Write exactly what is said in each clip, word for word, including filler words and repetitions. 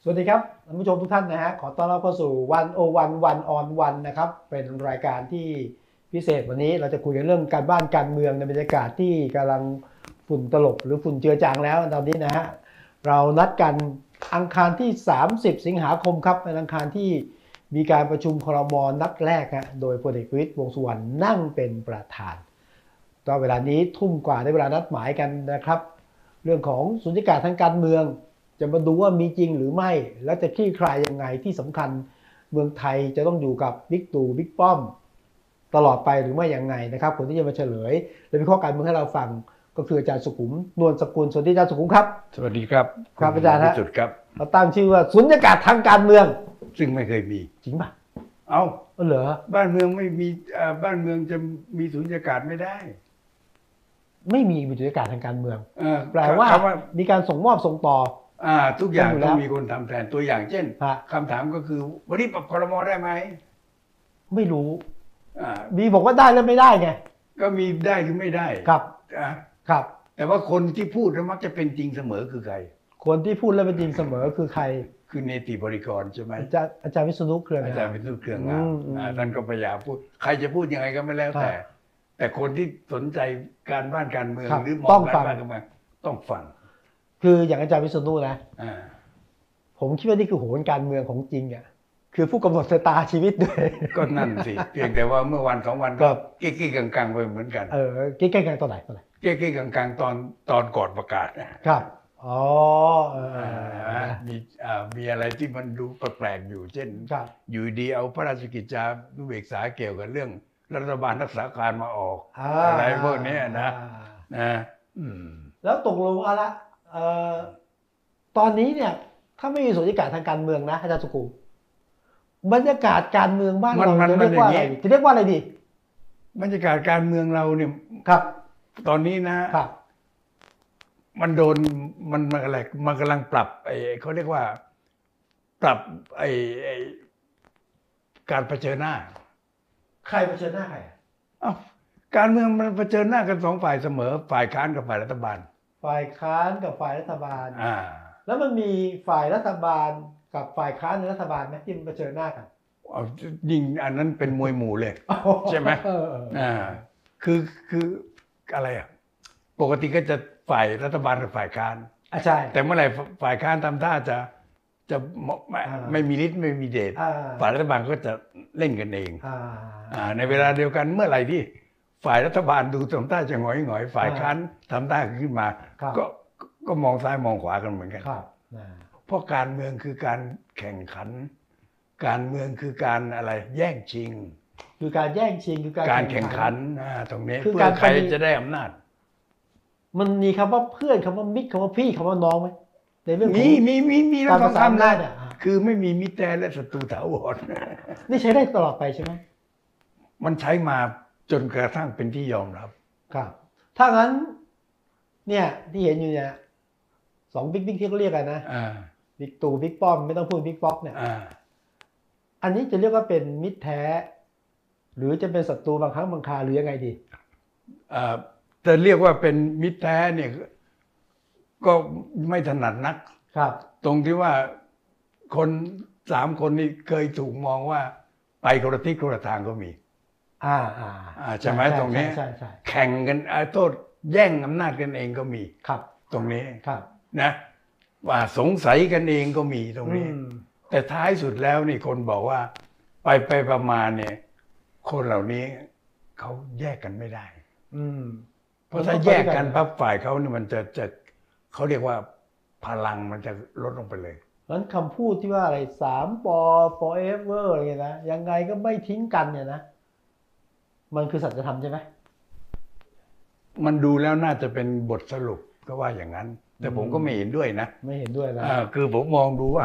วัสดีครับท่านผู้ชมทุกท่านนะฮะขอต้อนรับเข้าสู่วันโอวันวันออนวันนะครับเป็นรายการที่พิเศษวันนี้เราจะคุยกันเรื่องการบ้านการเมืองในบรรยากาศที่กำลังฝุ่นตลบหรือฝุ่นเจือจางแล้วตอนนี้นะฮะเรานัดกันอังคารที่สามสิบสิงหาคมครับเป็นอังคารที่มีการประชุมครม.นัดแรกฮะโดยพลเอกประวิตรวงษ์สุวรรณนั่งเป็นประธานตอนเวลานี้ทุ่มกว่าได้เวลานัดหมายกันนะครับเรื่องของสุญญากาศทางการเมืองจะมาดูว่ามีจริงหรือไม่และจะคลี่คลายยังไงที่สำคัญเมืองไทยจะต้องอยู่กับบิ๊กตู่บิ๊กป้อมตลอดไปหรือไม่ยังไงนะครับคนที่จะมาเฉลยและวิเคราะห์การเมืองให้เราฟังก็คืออาจารย์สุขุมนวลสกุลสวัสดีอาจารย์สุขุมครับสวัสดีครับครับอาจารย์ฮะสุดครับเราตั้งชื่อว่าสุญญากาศทางการเมืองซึ่งไม่เคยมีจริงป่ะเอาเหรอบ้านเมืองไม่มีบ้านเมืองจะมีสุญญากาศไม่ได้ไม่มีสุญญากาศทางการเมืองแปลว่ามีการส่งมอบส่งต่ออ่าทุกอย่างต้องมีคนทำแทนตัวอย่างเช่นคำถามก็คือวันนี้ปรับครม.ได้ไหมไม่รู้อ่ามีบอกว่าได้แล้วไม่ได้ไงก็มีได้หรือไม่ได้ครับอ่าครับแต่ว่าคนที่พูดแล้วมักจะเป็นจริงเสมอคือใครคนที่พูดแล้วเป็นจริงเสมอคือใครคือเนติบริกรใช่ไหมอาจารย์อาจารย์วิษณุเครืองามอาจารย์วิษณุเครืองามท่านก็พยายามพูดใครจะพูดยังไงก็ไม่แล้วแต่แต่คนที่สนใจการบ้านการเมืองหรือมองการบ้านการเมืองต้องฟังคืออย่างอาจารย์วิษณุนะผมคิดว่านี่คือโหนการเมืองของจริงอ่ะคือผู้กำหนดชะตาชีวิตด้วยก็นั่นสิเพียงแต่ว่าเมื่อวันสองวันก็เก๊กๆกังๆไปเหมือนกันเออเก๊กๆกังตอนไหนตอนไหนเก๊กๆกังๆตอนตอนก่อนประกาศครับอ๋อมีมีอะไรที่มันดูแปลกๆอยู่เช่นอยู่ดีเอาพระราชกิจจานุเบกษาเกี่ยวกับเรื่องรัฐบาลรักษาการมาออกอะไรพวกนี้นะนะแล้วตกลงเอาละตอนนี้เนี่ยถ้าไม่มีสุญญากาศทางการเมืองนะอาจารย์สุขุมบรรยากาศการเมืองบ้านเราจะเรียกว่าอะไรจะเรียกว่าอะไรดีบรรยากาศการเมืองเราเนี่ยครับตอนนี้นะครับมันโดนมันมันอะไรมันกำลังปรับไอ้เขาเรียกว่าปรับไอ้ไอ้การเผชิญหน้าใครเผชิญหน้าใครอ้าวการเมืองมันเผชิญหน้ากันสองฝ่ายเสมอฝ่ายค้านกับฝ่ายรัฐบาลฝ่ายค้านกับฝ่ายรัฐบาลอ่าแล้วมันมีฝ่ายรัฐบาลกับฝ่ายค้านในรัฐบาลไหมที่มันเผชิญหน้ากันยิ่งอันนั้นเป็นมวยหมู่เลยใช่ไหมอ่าคือคืออะไรอ่ะปกติก็จะฝ่ายรัฐบาลกับฝ่ายค้านอ่าใช่แต่เมื่อไหร่ฝ่ายค้านทำท่าจะจะไม่ไม่มีฤทธิ์ไม่มีเดชฝ่ายรัฐบาลก็จะเล่นกันเองอ่าในเวลาเดียวกันเมื่อไหร่ที่ฝ่ายรัฐบาลดูทำท่าจะหงอยหงอยฝ่ายค้านทำท่าขึ้นมาก็ก็มองซ้ายมองขวากันเหมือนกันเพราะการเมืองคือการแข่งขันการเมืองคือการอะไรแย่งชิงคือการแย่งชิงคือการแข่งขันตรงนี้เพื่อใครจะได้อำนาจมันมีคำว่าเพื่อนคำว่ามิตรคำว่าพี่คำว่าน้องไหมในเรื่องมีมีมีมีแล้วต้องทำได้คือไม่มีมิตรแท้และศัตรูถาวรนี่ใช้ได้ตลอดไปใช่ไหมมันใช้มาจนกระทั่งเป็นที่ยอมรับครับถ้างั้นเนี่ยที่เห็นอยู่เนี่ยสองบิ๊กบิ๊กที่เขาเรียกกันนะบิ๊กตู่บิ๊กป้อมไม่ต้องพูดบิ๊กป๊อกเนี่ยอันนี้จะเรียกว่าเป็นมิตรแท้หรือจะเป็นศัตรูบางครั้งบางคราหรือยังไงดีจะเรียกว่าเป็นมิตรแท้เนี่ยก็ไม่ถนัดนักครับตรงที่ว่าคนสามคนนี้เคยถูกมองว่าไปคนละทิศคนละทางก็มีอ่าอ่าใช่ไหมตรงนี้ใช่ใช่แข่งกันโทษแย่งอำนาจกันเองก็มีครับตรงนี้ครับนะว่าสงสัยกันเองก็มีตรงนี้แต่ท้ายสุดแล้วนี่คนบอกว่าไปไปประมาณเนี่ยคนเหล่านี้เขาแยกกันไม่ได้อืมเพราะถ้าแยกกันปั๊บฝ่ายเขาเนี่ยมันจะจะเขาเรียกว่าพลังมันจะลดลงไปเลยนั้นคำพูดที่ว่าอะไรสามปอ forever อะไรเงี้ยนะยังไงก็ไม่ทิ้งกันเนี่ยนะมันคือสัจธรรมใช่ไหมมันดูแล้วน่าจะเป็นบทสรุปก็ว่าอย่างนั้นแต่ผมก็ไม่เห็นด้วยนะไม่เห็นด้วยนะคือผมมองดูว่า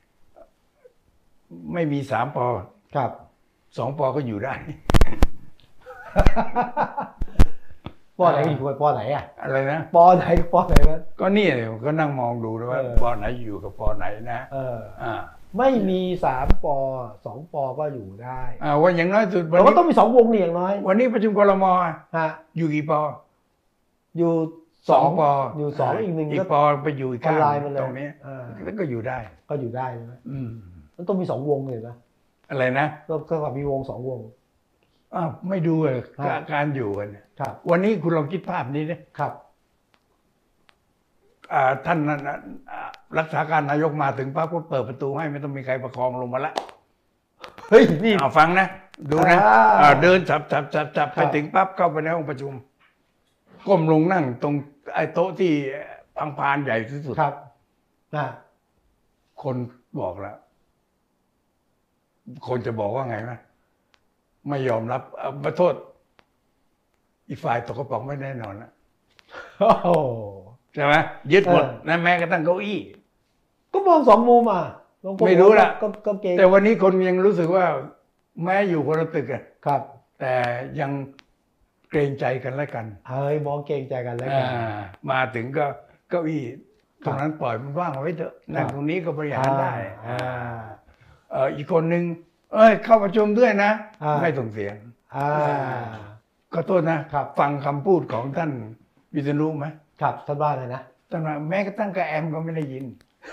ไม่มีสามปอครับสองปอก็อยู่ได้ปอไหนอยู่กับปอไหนอ่ะอะไรนะปอไหนกับปอไหนวะก็นี่ก็นั่งมองดูแล้วว่าปอไหนอยู่กับปอไหนนะเอออ่าไม่มีสามปอสองปอก็อยู่ได้อ่าว่าอย่างน้อยสุดเราก็ต้องมีสองวงเนี่ยอย่างน้อยวันนี้ประชุมครม. ฮะอยู่กี่ปออยู่สองปออยู่สองอีกหนึ่งอีกปอไปอยู่อีกออข้าน งไลน์มาเลยตรงนี้อ่าแล้วก็อยู่ได้ก็อยู่ได้ใช่ไหมอืมมันต้องมีสองวงเลยนะอะไรนะก็ก็มีวงสองวงอ้าวไม่ดูเลยครับการอยู่กันเนี่ยครับวันนี้คุณลองคิดภาพนี้นะครับ อ่าท่านนั้นน่ะอ่ารักษาการนายกมาถึงปั๊บก็เปิดประตูให้ไม่ต้องมีใครประคองลงมาละเฮ้ยนี่เอาฟังนะ ดูนะอ่าอ่าเดินจับจับจับจับครัไปบถึงปั๊บเข้าไปในห้องประชุมก้มลงนั่งตรงไอ้โต๊ะที่พังพานใหญ่ที่สุดครับอ่าคนบอกแล้ว คนจะบอกว่าไงนะไม่ยอมรับเอามาโทษ อีกฝ่ายตกกระป๋องไม่แน่นอนนะโอ้โหใช่ไหมยึดหมดเออนะแม้กระทั่งเก้าอี้ก็มองสองมุมอ่ะบางคนไม่รู้ล่ะก็ก็เก่งแต่วันนี้คนยังรู้สึกว่า แม้อยู่คนละตึกอะครับแต่ยังเกรงใจกันและกันเฮ้ยมองเก่งใจกันแล้วกัอ่าน มาถึงก็เก้าอี้ตรงนั้นปล่อยมันว่างเอาไว้เถอะนั่งตรงนี้ก็บริหารได้อ่าเอ่ออีกคนหนึ่งเอ้ย เข้าประชุมด้วยนะอ่าไม่ส่งเสียงอ่าก็โทษนะครับ ฟังคำพูดของท่านวิษณุไหมครับท่านว่าอะไรนะท่านว่าแม้กระทั่งกระแอมก็ไม่ได้ยิน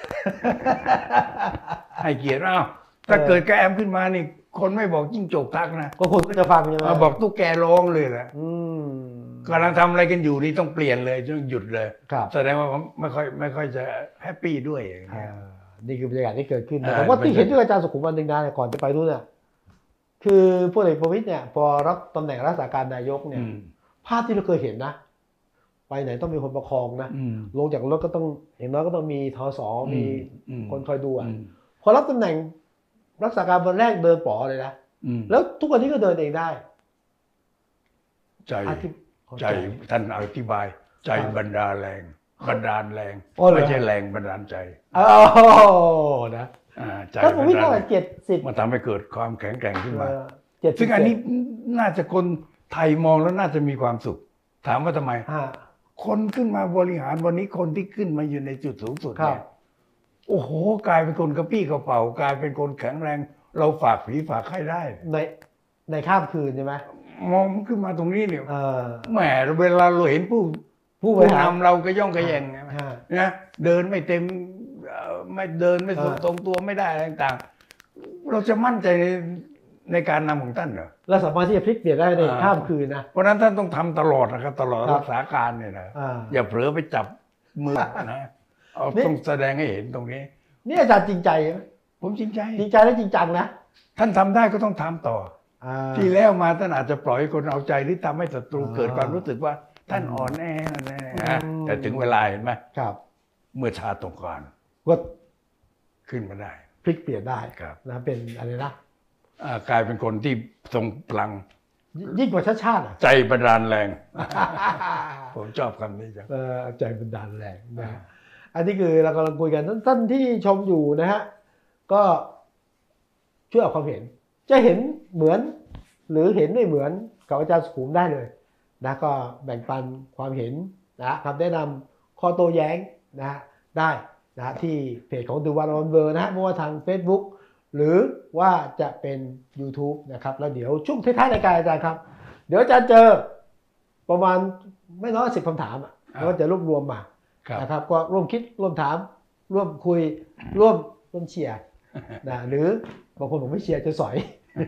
ให้เกียรติเอ้าถ้าเกิดกระแอมขึ้นมานี่ คนไม่บอกจิ้งจกทักนะก็คุณก็จะฟังใช่ไหมเอาบอกตุ๊กแกร้องเลยแหละอืมกำลังทำอะไรกันอยู่นี่ต้องเปลี่ยนเลยต้องหยุดเลยครับแสดงว่าผมไม่ค่อยไม่ค่อยจะแฮปปี้ด้วยอย่างอ่าเงี้ยนี่คือบรรยากาศที่เกิดขึ้นนะอ่าแต่ว่าที่บรรยากาศเห็นด้วยอาจารย์สุขุมวันหนึ่งนะก่อนจะไปนู่นน่ะคือพลเอกประวิตรเนี่ย พอรับตำแหน่งรักษาการนายกเนี่ยอืมภาพที่เราเคยเห็นนะ ไปไหนต้องมีคนประคองนะอืมลงจากรถก็ต้องอย่างน้อยก็ต้องมีทศมีอืมคนคอยดูอ่ะอืมพอรับตำแหน่งรักษาการวันแรกเดินป๋อเลยนะอืมแล้วทุกวันนี้ก็เดินเองได้ใจอธิใจท่านอธิบาย ใจครับบรรดาแรง บันดาลแรงอ๋อเหรอไม่ใช่แรงบันดาลใจโอ้นะอ่าใจถ้าผมวิบันเท่าดาไหลร่เจ็ดสิบมันทำให้เกิดความแข็งแกร่งขึ้นมาเจ็ดสิบซึ่งอันนี้น่าจะคนไทยมองแล้วน่าจะมีความสุข ถามว่าทำไมห้าคนขึ้นมาบริหารวันนี้คนที่ขึ้นมาอยู่ในจุดสูงสุดครัเนี่บยโอ้โหกลายเป็นคนกระปี้กระเป๋ากลายเป็นคนแข็งแรง เราฝากผีฝากไข้ได้ในในข้ามคืนใช่ไหมมองขึ้นมาตรงนี้เนี่ยเออแหมเวลาเราเห็นผู้ผู้บผู้ริหารนำเราก็ย่องกระแยงไงห้านะเดินไม่เต็มเอ่อไม่เดินไม่ตรงอ่าตรงตัวไม่ได้อะไรต่างๆ เราจะมั่นใจในในการนำของท่านเหรอเราสามารถที่จะพลิกเปลี่ยนได้ในอ่าข้ามคืนนะเพราะฉะนั้นท่านต้องทำตลอดนะครับ ตลอดครับรักษาการเนี่ยนะอ่าอย่าเผลอไปจับมือนะเอานี่ต้องแสดงให้เห็นตรงนี้นี่อาจารย์จริงใจไหมผมจริงใจจริงใจและจริงจังนะท่านทำได้ก็ต้องทำต่ออ่าที่แล้วมาท่านอาจจะปล่อยให้คนเอาใจหรือทำให้ศัตรูอ่าเกิดความรู้สึกว่าท่านอ่อนแออ่อนแอนะอืมแต่ถึงเวลาเห็นไหมครับเมื่อชาติตกก่อนก็ขึ้นมาได้พลิกเปลี่ยนได้ครับนะเป็นอะไรนะอ่ากลายเป็นคนที่ทรงพลังยิ่ยิ่งกว่าชาติชาติอ่ะใจบันดาลแรง ผมชอบคำนี้จังเออใจบันดาลแรงนะอันนี้คือเรากำลังคุยกันท่านที่ชมอยู่นะฮะก็ช่วยออกความเห็น จะเห็นเหมือน หรือเห็นไม่เหมือนกับอาจารย์สุขุมได้เลยนะก็แบ่งปันความเห็นนะคำแนะนำข้อโต้แย้งนะฮะได้นะฮะที่เพจของ The One on World นะฮะไม่ว่าทาง Facebook หรือว่าจะเป็น YouTube นะครับแล้วเดี๋ยวช่วงท้ายๆรายการอาจารย์ครับ เดี๋ยวอาจารย์เจอประมาณไม่น้อยสิบคำถามอ่ะแล้วก็จะรวบรวมมาครับนะครับก็ร่วมคิดร่วมถามร่วมคุยร่วมร่วมเชียร์นะหรือบางคนผมไม่เชียร์จะสอย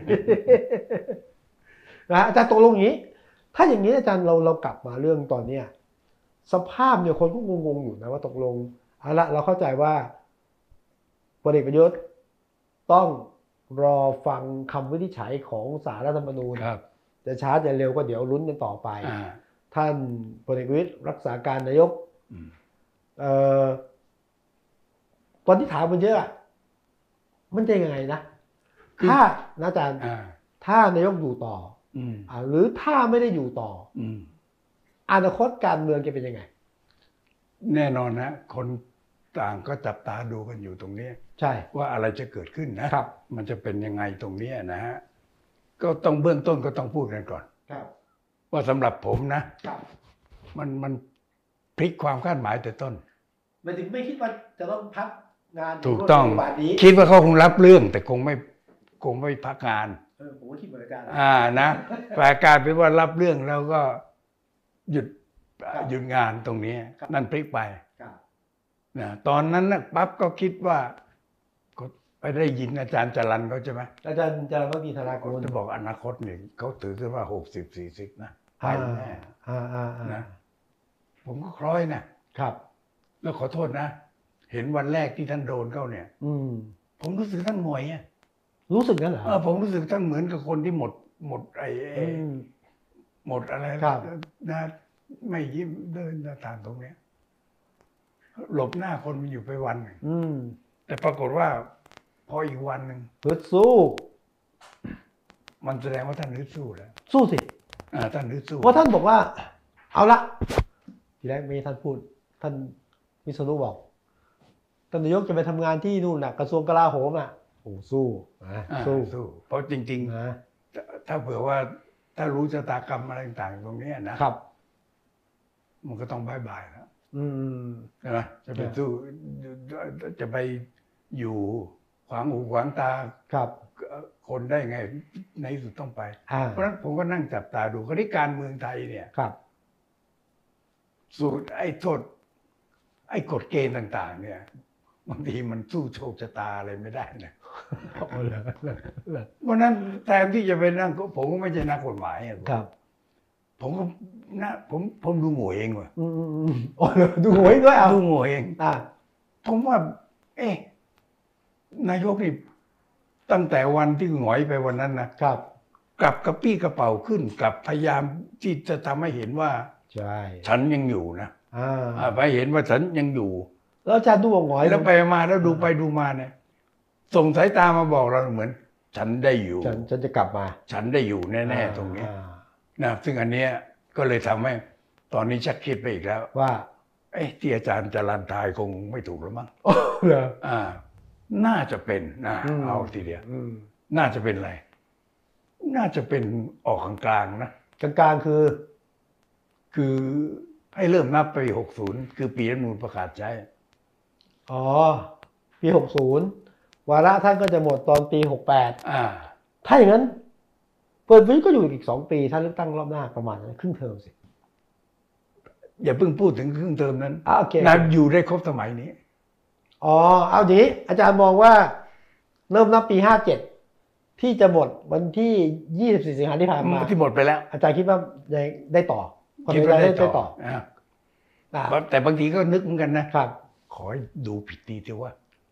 นะอาจารย์ตกลงอย่างนี้ ถ้าอย่างนี้อาจารย์เราเรากลับมาเรื่องตอนเนี้ยสภาพเนี่ยคนก็งงๆอยู่นะว่าตกลงเอาละเราเข้าใจว่าพลเอกประยุทธ์ต้องรอฟังคำวินิจฉัยของศาลรัฐธรรมนูญครับจะช้าจะเร็วก็เดี๋ยวลุ้นกันต่อไปอ่าท่านพลเอกประวิตรรักษาการนายกอืมเอ่อตอนที่ถามมันเยอะอะมันจะยังไงนะ ถ้านะอาจารย์อ่าถ้านายกอยู่ต่ออืมอ่าหรือถ้าไม่ได้อยู่ต่ออืมอนาคตการเมืองจะเป็นยังไงแน่นอนนะคนต่างก็จับตาดูกันอยู่ตรงนี้ใช่ว่าอะไรจะเกิดขึ้นนะครับ มันจะเป็นยังไงตรงนี้นะฮะก็ต้องเบื้องต้นก็ต้องพูดกันก่อนครับว่าสำหรับผมนะครับ มันมันพลิกความคาดหมายแต่ต้นมันถึงไม่คิดว่าจะต้องพักงานถูกต้องในวันนี้คิดว่าเขาคงรับเรื่อง แต่คงไม่คงไม่พักงานเออผมก็คิดเหมือนกันอ่านะแต่กลารเป็นว่ารับเรื่องแล้วก็หยุดหยุดงานตรงนี้ครับนั่นพลิกไปครับนะตอนนั้นนะปั๊บก็คิดว่าก็ไปได้ยินอาจารย์จรัญเขาใช่ไหมอาจารย์จารย์พักดีธนากุลจะบอกอนาคตเนี่ยเขาถือกันว่าหกสิบสี่สิบนะไปแน่อ่าอ่าอ่านะผมก็คล้อยนะครับ แล้วขอโทษนะ เห็นวันแรกที่ท่านโดนเข้าเนี่ยอืมผมรู้สึกท่านหงอยอ่ะรู้สึกงั้นเหรอเออผมรู้สึกท่านเหมือนกับคนที่หมดหมดไอ้ไอ้อืมหมดอะไรครับนะไม่ยิ้มเดินตามตรงเนี้ยหลบหน้าคนมันอยู่ไปวันหนึ่งอืมแต่ปรากฏว่าพออีกวันหนึ่งฮึดสู้มันแสดงว่าท่านฮึดสู้แล้วสู้สิอ่าท่านฮึดสู้เพราะท่านบอกว่า เอาละทีแรกมีท่านพูด ท่านวิษณุบอกท่านนายกจะไปทำงานที่นู่นน่ะ กระทรวงกลาโหมอ่ะโอ้สู้นะอ่าสู้สู้ เพราะจริงนะๆถ้าถ้าเผื่อว่าถ้ารู้ชะตากรรมอะไรต่างๆตรงเนี้ยนะครับ มันก็ต้องบายบายแล้วอืมใช่ไหมจะไปสู้จะไปอยู่ขวางหูขวางตาครับคนได้ไงในที่สุดต้องไปอ่าเพราะฉะนั้นผมก็นั่งจับตาดูคราวนี้การเมืองไทยเนี่ยครับสูตรไอ้โทษไอ้กฎเกณฑ์ต่าง ๆ เนี่ยบางทีมันสู้โชคชะตาอะไรไม่ได้นะเอาเลยเลยเพราะฉะนั้นแทนที่จะไปนั่งก็ผมก็ไม่ใช่นักกฎหมายอะครับผมก็นะผมผมดูหมวยเองว่ะอืมอืมอืมอ๋อเหรอดูหวยด้วยเอาดูหมวยเองอ่าผมว่า เอ๊ะนายกนี่ตั้งแต่วันที่หงอยไปวันนั้นนะครับ กลับกระปี้กระเป๋าขึ้นกลับพยายามที่จะทำให้เห็นว่าใช่ฉันยังอยู่นะอ่าอ่าไปเห็นว่าฉันยังอยู่แล้วอาจารย์ดูว่าหงอยแล้วไปมาแล้วดูไปดูมาเนี่ย ส่งสายตามาบอกเราเหมือน ฉันได้อยู่ฉันฉันจะกลับมาฉันได้อยู่แน่ๆตรงนี้อ่านะซึ่งอันเนี้ยก็เลยทำให้ ตอนนี้ชักคิดไปอีกแล้วว่าเอ๊ะที่อาจารย์จรัญทายคงไม่ถูกแล้วมั้งโอ้เหรออ่า น่าจะเป็นนะอืมเอาทีเดียวอืมน่าจะเป็นอะไร น่าจะเป็นออกกลางๆนะกลางๆคือคือให้เริ่มนับไปหกสิบคือปีรัฐธรรมนูญประกาศใช้อ๋อ ปีหกสิบวาระท่านก็จะหมดตอนปีหกแปดอ่าถ้าอย่างนั้น เปิดวิทย์ก็อยู่อีกสองปีถ้าเลือกตั้งรอบหน้าประมาณนั้นครึ่งเทอมสิอย่าเพิ่งพูดถึงครึ่งเทอมนั้นอ่าโอเคนับอยู่ได้ครบสมัยนี้อ๋อ เอาดีอาจารย์มองว่า เริ่มนับปีห้าเจ็ดที่จะหมดวันที่ยี่สิบสี่สิงหาที่ผ่านมาที่หมดไปแล้วอาจารย์คิดว่ายังได้ต่อความคิดเป็นว่าไปได้ได้ได้ต่ต่อออ่าอ่าแต่บางทีก็นึกเหมือนกันนะครับขอให้ดูผิดดีเถอะว่า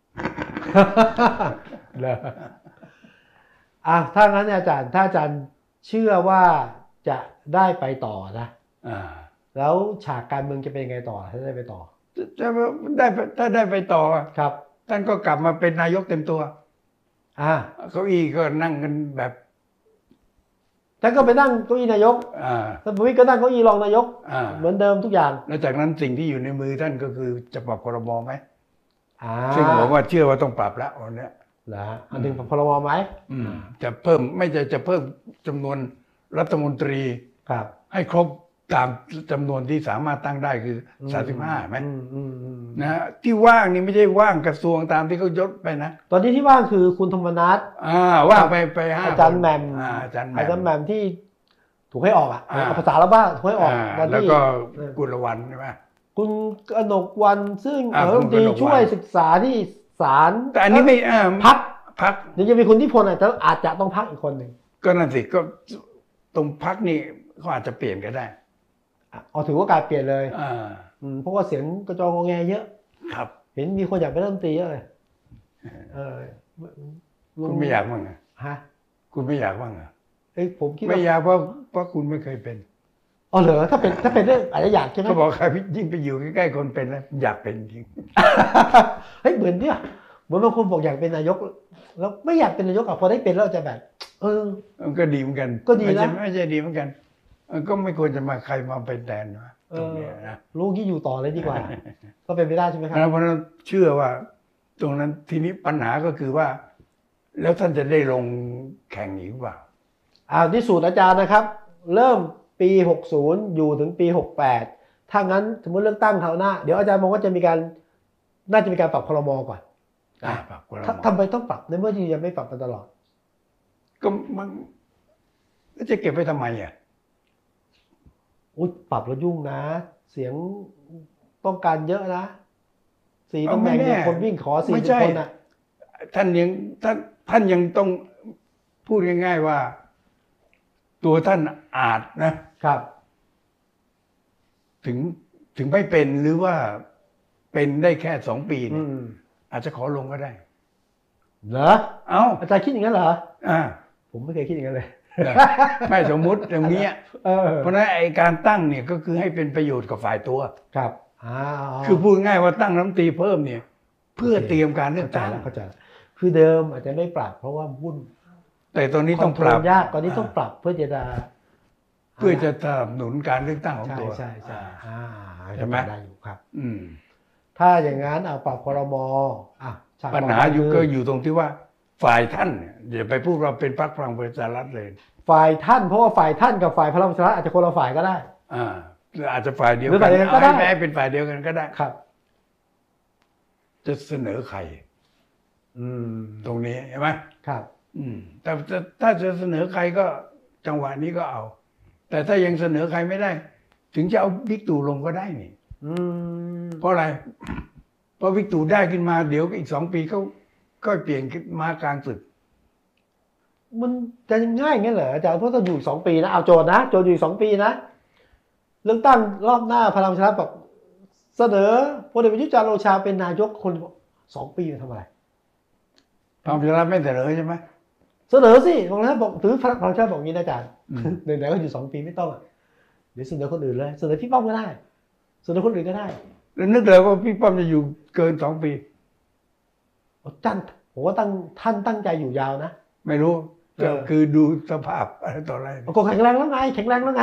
เลยอ่ะถ้างั้นเนี่ยอาจารย์ถ้าอาจารย์เชื่อว่าจะได้ไปต่อนะอ่าแล้วฉากการเมืองจะเป็นยังไงต่อถ้าได้ไปต่อจะได้ถ้าได้ไปต่อครับท่านก็กลับมาเป็นนายกเต็มตัวอ่าเก้าอี้ก็นั่งกันแบบท่านก็ไปนั่งเก้าอี้นายกอ่าท่านประวิตรก็นั่งเก้าอี้รองนายกอ่าเหมือนเดิมทุกอย่างแล้วจากนั้นสิ่งที่อยู่ในมือท่านก็คือจะปรับครมไหมอ่าซึ่งผมว่าเชื่อว่าต้องปรับแล้ววันเนี้ยนะฮะอันหนึ่งพรบไหมอืมจะเพิ่มไม่ใช่จะเพิ่มจำนวนรัฐมนตรีครับให้ครบตามจำนวนที่สามารถตั้งได้คือสามสิบห้าไหมอืมอืมอืมนะฮะที่ว่างนี่ไม่ใช่ว่างกระทรวงตามที่เขายศไปนะตอนนี้ที่ว่างคือคุณธรรมนัสอ่าว่างไปไปห้าอาจารย์คนแหม่มอ่าอาจารย์แหม่อาจารย์แหมม่มที่ถูกให้ออกอ่ะอ่าเอาภาษาเราบ้างถูกให้ออกอ่าวันแล้วที่ก็เออกุลวันใช่ไหมคุณกนกวันซึ่งอ่าเออคุณกนกวรรณดีช่วยศึกษาที่ศาลแต่อันนี้ไม่อ่าพักพักเดี๋ยวจะมีคุณที่พลอาจจะอาจจะต้องพักอีกคนหนึ่งก็นั่นสิก็ตรงพักนี่เขาอาจจะเปลี่ยนก็ได้อ่ะเอาถือว่าการเปลี่ยนเลยอ่าอืมเพราะว่าเสียงกระจองงอแงเยอะครับเห็นมีคนอยากเป็นรัฐมนตรีเยอะเลยเออคุณไม่อยากบ้างเหรอฮะคุณไม่อยากบ้างเหรอเอ้ยผมคิดไม่ว่าอยากเพราะเพราะคุณไม่เคยเป็นอ๋อเหรอถ้าเป็นถ้าเป็นเรื่องอาจจะอยากใช่ไหมเขาบอกใครยิ่งไปอยู่ใกล้ๆคนเป็นแล้วอยากเป็นจริงเฮ้ยเหมือนเนี่ยเหมือนบางคนบอกอยากเป็นนายก แล้วไม่อยากเป็นนายกอ่ะพอได้เป็นแล้วจะแบบ เออมันก็ดีเหมือนกันก็ดีนะไม่ใช่ไม่ใช่ดีเหมือนกันเออก็ไม่ควรจะมาใครมาเป็นแทนวะเอตรงอเนี้ยนะลูกที่อยู่ต่อเลยดีกว่า ก็เป็นไปได้ใช่ไหมครับเพราะฉะนั้นเชื่อว่า ตรงนั้นทีนี้ปัญหาก็คือว่า แล้วท่านจะได้ลงแข่งอีกหรือเปล่าอ่าที่สูตรอาจารย์นะครับ เริ่มปีหกสิบอยู่ถึงปีหกแปดถ้างั้นสมมติเลือกตั้งคราวหน้าเดี๋ยวอาจารย์มองว่าจะมีการน่าจะมีการปรับครมก่อนอ่าปรับครมถ้าทำไมต้องปรับในเมื่อที่ยังไม่ปรับมาตลอดก็มันแล้วจะเก็บไว้ทำไมอ่ะอุ้ยปรับแล้วยุ่งนะเสียงต้องการเยอะนะสี่เอาตำแหน่งไม่แน่เนี่ยคนวิ่งขอสี่ไม่สิบใช่คนนะท่านยังท่านท่านยังต้องพูดง่ายๆว่า ตัวท่านอาจนะครับ ถึงถึงไม่เป็นหรือว่าเป็นได้แค่สองปีอืเนี่ยมอาจจะขอลงก็ได้เหรอเอ้าอาจารย์คิดอย่างนั้นเหรออ่าผมไม่เคยคิดอย่างนั้นเลยไม่สมมุติอย่างเงี้ยเออเพราะฉะนั้นไอการตั้งเนี่ยก็คือให้เป็นประโยชน์กับฝ่ายตัวครับอ่าคือพูดง่ายว่าตั้งรัฐมนตรีเพิ่มเนี่ย เพื่อเตรียมการเลือกเข้าใจตั้งแล้วเข้าใจแล้วคือเดิมอาจจะไม่ปรับเพราะว่าหุ้นแต่ตอนนี้ต้องปรับคอนโทรลยากตอนนี้ต้องปรับเพื่อจะเพื่อจะสนับสนุนการเลือกตั้งของใช่ตัวใช่ใช่อ่าใช่ไหมได้อยู่ครับอืมถ้าอย่างนั้นเอาปรับครมอ่ะฉกปัญหาอยู่ต่ไปก็คืออยู่ตรงที่ว่าฝ่ายท่านเนี่ยอย่าไปพูดว่าเป็นพรรคพลังประชารัฐเลยฝ่ายท่านเพราะว่าฝ่ายท่านกับฝ่ายพลังประชารัฐอาจจะคนละฝ่ายก็ได้อ่าหรืออาจจะฝ่ายเดียวหรือกัฝ่ายเดียวกันก็ได้เอาให้ให้เป็นฝ่ายเดียวกันก็ได้ครับจะเสนอใครอืมตรงนี้ใช่ไหมครับอืมแต่แต่ถ้าจะเสนอใครก็จังหวะนี้ก็เอา แต่ถ้ายังเสนอใครไม่ได้ ถึงจะเอาบิ๊กตู่ลงก็ได้นี่อืมเพราะอะไร เพราะบิ๊กตู่ได้ขึ้นมาเดี๋ยวอีกสองปีเขาก็เปลี่ยนมากลางศึกมันจะง่ายงั้นเหรออาจารย์เพราะต้องอยู่สองปีนะเอาโจทย์นะโจทย์อยู่สองปีนะเลือกตั้งรอบหน้าพลังประชารัฐบอกเสนอพลเอกประยุทธ์จันทร์โอชาเป็นนายกคนสองปีทำอะไรพลังประชารัฐไม่เสนอใช่ไหมเสนอสิพลังประชารัฐบอกถือพลังประชารัฐบอกงี้นะอาจารย์อืมไหนๆก็อยู่สองปีไม่ต้องอ่ะเดี๋ยวเสนอคนอื่นเลยเสนอพี่ป้อมก็ได้เสนอคนอื่นก็ได้แล้วนึกเลยว่าพี่ป้อมจะอยู่เกินสองปีท่านผมว่าตั้งท่านตั้งใจอยู่ยาวนะไม่รู้เออก็คือดูสภาพอะไรต่ออะไรก็แข็งแรงแล้วไงแข็งแรงแล้วไง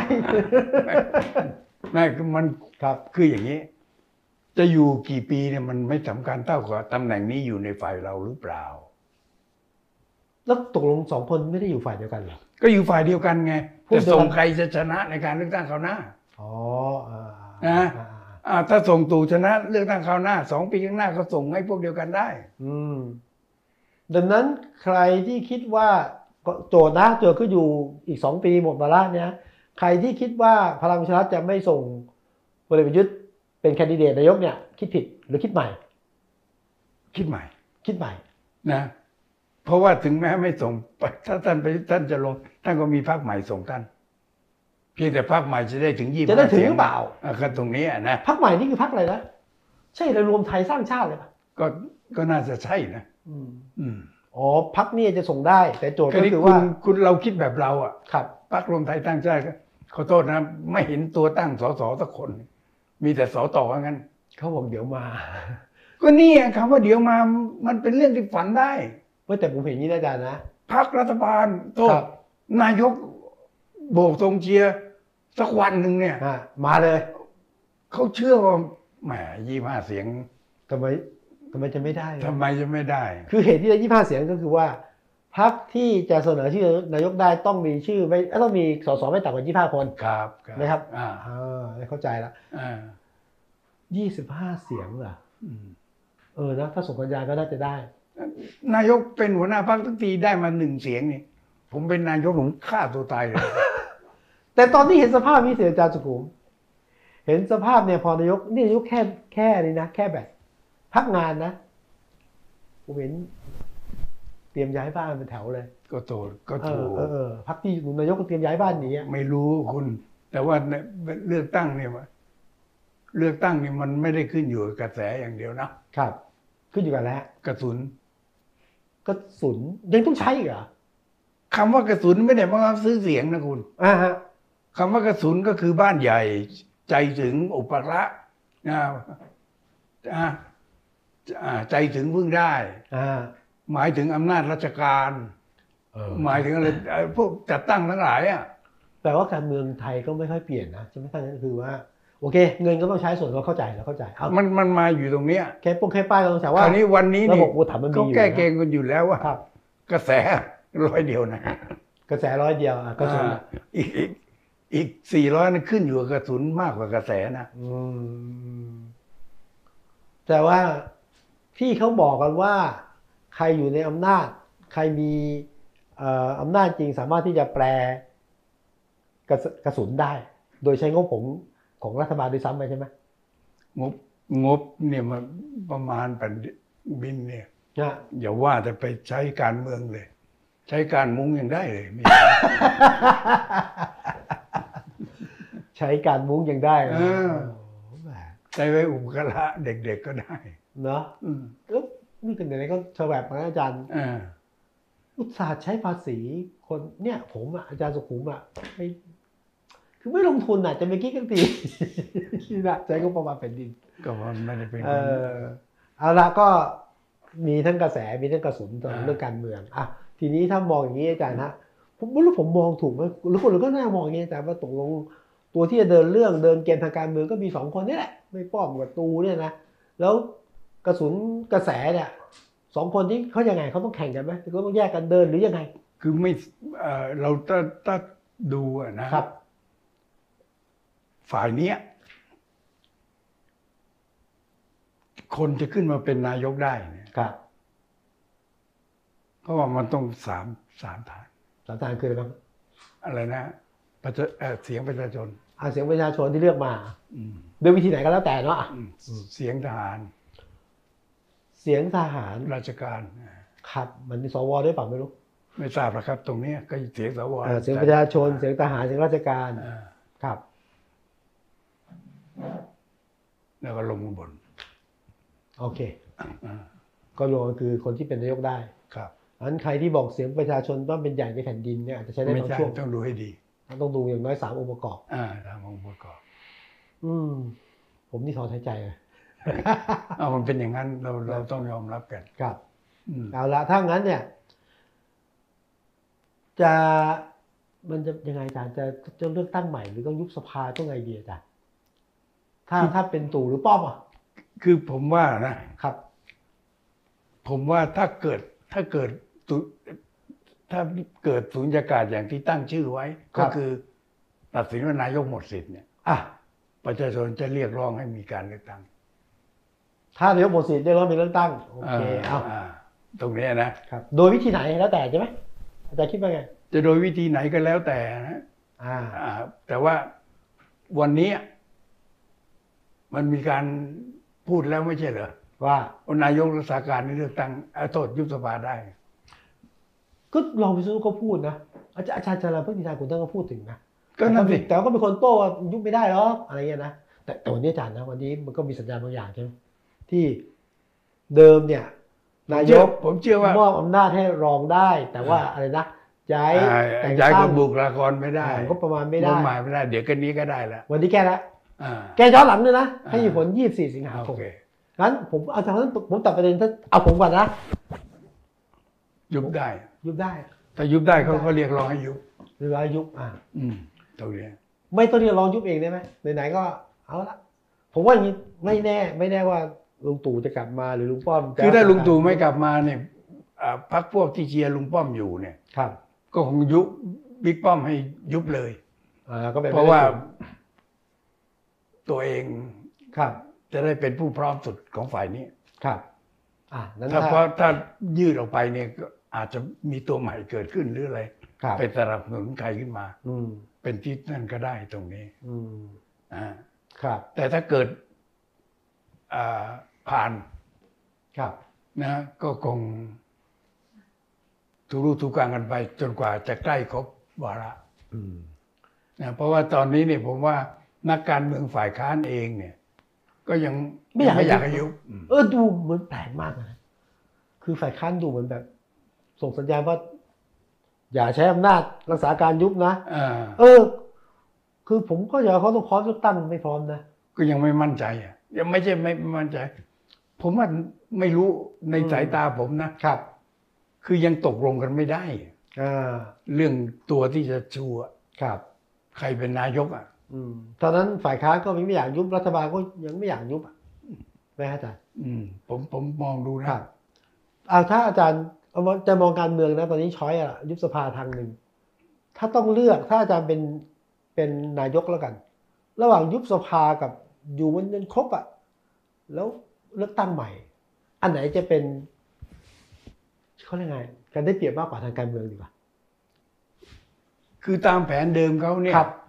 ไม่คือมันครับคืออย่างนี้ จะอยู่กี่ปีเนี่ยมันไม่สำคัญเท่ากับตำแหน่งนี้อยู่ในฝ่ายเราหรือเปล่าแล้วตกลงสองคนไม่ได้อยู่ฝ่ายเดียวกันเหรอก็อยู่ฝ่ายเดียวกันไงพูดแต่เดียวกันส่งใครจะชนะในการเลือกตั้งคราวหน้าอ๋ออ่านะอ่าอ่าถ้าส่งตู่ชนะเลือกตั้งคราวหน้าสองปีข้างหน้าก็ส่งให้พวกเดียวกันได้อืมดังนั้นใครที่คิดว่าโจทย์นะโจทย์ก็อยู่อีกสองปีหมดวาระเนี่ยใครที่คิดว่าพลังประชารัฐจะไม่ส่งพลเอกประยุทธ์เป็นแคนดิเดตนายกเนี่ยคิดผิดหรือคิดใหม่คิดใหม่คิดใหม่นะ เพราะว่าถึงแม้ไม่ส่งไปถ้าท่านไปท่านจะลงท่านก็มีพรรคใหม่ส่งท่านเพียงแต่พรรคใหม่จะได้ถึงยี่สิบจะได้ถึงหรือเปล่าก็ตรงนี้อะนะพรรคใหม่นี่คือพรรคอะไรนะใช่เลยรวมไทยสร้างชาติเลยปะก็ก็น่าจะใช่นะอืมอืมอ๋อพรรคนี่จะส่งได้ แต่โจทย์ก็ก็นี่คือคุว่าณคุณเราคิดแบบเราอ่ะครับพรรครวมไทยตั้งชาติก็ขอโทษนะ ไม่เห็นตัวตั้งสสสักคน มีแต่สต่องั้นเขาบอกเดี๋ยวมาก็นี่ไงคำว่าเดี๋ยวมามันเป็นเรื่องที่ฝันได้เว้ยแต่ผมเห็นอย่างนี้นะอาจารย์นะพรรครัฐบาลโทษครับนายกโบกธงเชียร์สักวันหนึ่งเนี่ยอ่ะมาเลยเขาเชื่อว่าแหมยี่ห้าเสียงทำไมทำไมจะไม่ได้ทำไมจะไม่ได้คือเหตุที่ได้ยี่สิบห้าเสียงก็คือว่าพรรคที่จะเสนอชื่อนายกได้ต้องมีชื่อไม่ต้องมีสสไม่ต่ำกว่ายี่สิบห้าคนครับนะครับอ่าเออเข้าใจละอ่ายี่สิบห้าเสียงเหรออืมเออนะถ้าส่งกัญญาก็น่าจะได้นายกเป็นหัวหน้าพรรคทั้งทีได้มาหนึ่งเสียงนี่ผมเป็นนายกผมฆ่าตัวตายเลยแต่ตอนที่เห็นสภาพนี้เสียอาจารย์สุขุม เห็นสภาพเนี่ยพอนายกนี่นายกแค่แค่นี้นะแค่แบบพักงานนะผมเห็นเตรียมย้ายบ้านเป็นแถวเลยก็โตก็เอถูอก เออเออพักที่หนุนนายกก็เตรียมย้ายบ้านหนีอะไม่รู้คุณ แต่ว่าในเลือกตั้งเนี่ยว่าเลือกตั้งนี่มันไม่ได้ขึ้นอยู่กับกระแสอย่างเดียวนะครับขึ้นอยู่กันแล้วกระสุนกระสุนยังต้องใช้อีกเหรอคำว่ากระสุนไม่ได้หมายความซื้อเสียงนะคุณอ่าฮะคำว่ากระสุนก็คือบ้านใหญ่ ใจถึงอุปละนะอ่าอ่าใจถึงพึ่งได้อ่าหมายถึงอำนาจราชการเออหมายถึงอะไรไอ้พวกจัดตั้งทั้งหลายอ่ะแปลว่าการเมืองไทยก็ไม่ค่อยเปลี่ยนนะใช่ไหมท่านนั่นคือว่าโอเค เงินก็ต้องใช้ส่วนเราเข้าใจเราเข้าใจเอามันมันมาอยู่ตรงเนี้ยแค่ปงแค่ป้ายก็ต้องใช้คว่าราวนี้วันนี้ระนี่บบอุปถัมภ์มันมีเขาอยู่แก้นะเกมกันอยู่แล้วว่าครับกระแสร้อยเดียวนะกระแสร้อยเดียวอ่ะกระสุนอ่าอีกอีกอีกสี่ร้อยนั้นขึ้นอยู่กับกระสุนมากกว่ากระแสนะอืมแต่ว่าที่เขาบอกกันว่า ใครอยู่ในอำนาจ ใครมีเอ่ออำนาจจริงสามารถที่จะแปลกระสกระสุนได้ โดยใช้งบผมของรัฐบาลด้วยซ้ำไปใช่ไหมงบงบเนี่ยมันประมาณแผ่นดินเนี่ยนะอย่าว่าแต่ไปใช้การเมืองเลย ใช้การมุ้งยังได้เลยไม่ใช้การมุ้งยังได้เลยเออ ใช้ไว้อุปการะเด็กๆก็ได้เนาะอืมแล้วนี่กันไหนๆก็ฉบับนะอาจารย์อ่าอุตสาห์ใช้ภาษีคนเนี่ยผมอ่ะอาจารย์สุขุมอ่ะไม่คือไม่ลงทุนอ่ะจะไม่คิดกันที นี่นะใช้ก็ประมาณแผ่นดินก็มันไม่ได้เป็นเออเอาละก็มีทั้งกระแสมีทั้งกระสุนตอนเรื่องการเมืองอ่ะทีนี้ถ้ามองอย่างนี้อาจารย์ฮะผมไม่รู้ผมมองถูกไหมหรือคนอื่นก็น่ามองอย่างนี้อาจารย์ว่าตกลงตัวที่จะเดินเรื่องเดินเกมทางการเมืองก็มีสองคนนี่แหละไม่ป้อมกับตูเนี่ยนะแล้วกระสุนกระแสเนี่ยสองคนที่เขายังไงเขาต้องแข่งกันไหมหรือเขาต้องแยกกันเดินหรือยังไงคือไม่เอ่อเราถ้าถ้าดูอะนะครับ ฝ่ายเนี้ยคนจะขึ้นมาเป็นนายกได้เนี่ยครับเพราะว่ามันต้องสามสามฐานสามทางคืออะไรบ้างอะไรนะประชาเอ่อเสียงประชาชนอ่าเสียงประชาชนที่เลือกมาอืมด้วยวิธีไหนก็แล้วแต่เนาะอ่ะอืมเสียงทหารเสียงทหารราชการครับมันมีสวด้วยเปล่าไม่รู้ไม่ทราบนะครับ ตรงเนี้ยก็เสียงสวเออเสียงประชาชนเสียงทหารเสียงราชการอ่าครับแล้วก็ลงบนโอเคอ่าก็รวมคือคนที่เป็นนายกได้ครับอันใครที่บอกเสียงประชาชนต้องเป็นใหญ่ในแผ่นดินเนี่ยอาจจะใช้ได้ไม่บางใช่ช่วงต้องดูให้ดีต้องดูอย่างน้อยสามองค์ประกอบอ่าตามองค์ประกอบอืมผมนี่ถอนหายใจเลยเอามันเป็นอย่างนั้นเราเราต้องยอมรับกันครับอืมเอาละถ้างั้นเนี่ย จะมันจะยังไงอาจารย์จะจะเลือกตั้งใหม่หรือต้องยุบสภาต้องไงดีอาจารย์ถ้าถ้าเป็นตู่หรือป้อมอ่ะคือผมว่านะครับผมว่าถ้าเกิดถ้าเกิดตุถ้าเกิดสุญญากาศอย่างที่ตั้งชื่อไว้ ก็คือตัดสินว่านายกหมดสิทธิ์เนี่ยอ่ะประชาชนจะเรียกร้องให้มีการเลือกตั้งถ้านายกหมดสิทธิ์ได้ร้องมีเลือกตั้งโอเคเอาอ่าตรงเนี้ยนะครับโดยวิธีไหนแล้วแต่ใช่ไหมอาจารย์คิดว่าไงจะโดยวิธีไหนก็แล้วแต่นะอ่าอ่าแต่ว่าวันนี้มันมีการพูดแล้วไม่ใช่เหรอว่าว่านายกรักษาการในเลือกตั้งเอาโทษยุบสภาได้ก็ลองไปซื้อเขาพูดนะอาจารย์อาจารย์จาราเพิ่งนิทานคุณท่านก็พูดถึงนะก็นั่นสิแต่ก็เป็นคนโต้ว่ายุบไม่ได้หรอกอะไรเงี้ยนะแต่แต่วันนี้อาจารย์นะวันนี้มันก็มีสัญญาณบางอย่างใช่ไหมที่เดิมเนี่ยนายกผมเชื่อว่ามอบอำนาจให้รองได้ แต่ว่าอะไรนะย้ายอ่าแต่งย้ายตั้คงนบุคลากรไม่ได้อ่าก็ประมาณไม่ได้งบประมาณไม่ได้ เดี๋ยวกันนี้ก็ได้แล้ววันนี้แก้แล้วอ่าแก้ย้อนหลังด้วยนะอ่าให้มีผลยี่สิบสี่สิงหาคโอมเคงั้นผมเอาจากนั้นผมตัดประเด็นถ้าเอาผมก่อนนะยุบได้ยุบได้ถ้ายุบได้เขาก็เรียกร้องให้ยุบหรือว่ายุบอ่าอืมตรงเนี้ยไม่ต้องเรียกร้องยุบเองได้ไหมไหนๆก็เอาละผมว่าอย่างนี้ไม่แน่ไม่แน่ว่าลุงตู่จะกลับมาหรือลุงป้อมจะคือถ้าลุงตู่ไม่กลับมาเนี่ยอ่าพรรคพวกที่เชียร์ลุงป้อมอยู่เนี่ยครับก็คงยุบบิ๊กป้อมให้ยุบเลยอ่าก็เป็นไปเพราะได้ว่าสูงตัวเองครับจะได้เป็นผู้พร้อมสุดของฝ่ายนี้ครับอ่านั้นถ้าถ้าเพราะถ้ายืดออกไปเนี่ยก็อาจจะมีตัวใหม่เกิดขึ้นหรืออะไรครับเป็นสนับสนุนใครขึ้นมาอืมเป็นที่นั่นก็ได้ตรงนี้อืมอ่าครับแต่ถ้าเกิดอ่าผ่านครับนะก็คงทุรู้ทุกกลางกันไป จนกว่าจะใกล้ครบวาระอืมนะเพราะว่าตอนนี้เนี่ยผมว่านักการเมืองฝ่ายค้านเองเนี่ย ก็ยังไม่อยากไม่อยากให้ให้ยุยุบบอืมเออดูเหมือนแปลกมากนะคือฝ่ายค้านดูเหมือนแบบ ส่งสัญญาณว่า อย่าใช้อำนาจรักษาการยุบนะอ่าเออ คือผมก็อยากเขาต้องพร้อมเลือกตั้งไม่พร้อมนะก็ยังไม่มั่นใจอ่ะยังไม่ใช่ไม่มั่นใจ ผมว่าไม่รู้ในอืมสายตาผมนะครับ คือยังตกลงกันไม่ได้อ่าเรื่องตัวที่จะชูอะครับใครเป็นนายกอ่ะอืมตอนนั้นฝ่ายค้านก็ไม่อยากยุบรัฐบาลก็ยังไม่อยากยุบอ่ะไม่อาจารย์อืมผมผมมองดูนะครับเอาถ้าอาจารย์เอาว่าจะมองการเมืองนะตอนนี้ช้อยอะยุบสภาทางหนึ่งถ้าต้องเลือกถ้าอาจารย์เป็นเป็นนายกแล้วกัน ระหว่างยุบสภากับอยู่มันจนครบอ่ะแล้วเลือกตั้งใหม่ อันไหนจะเป็นเขาเรียกไงการได้เปรียบมากกว่าทางการเมืองดีกว่าคือตามแผนเดิมเขาเนี่ยครับ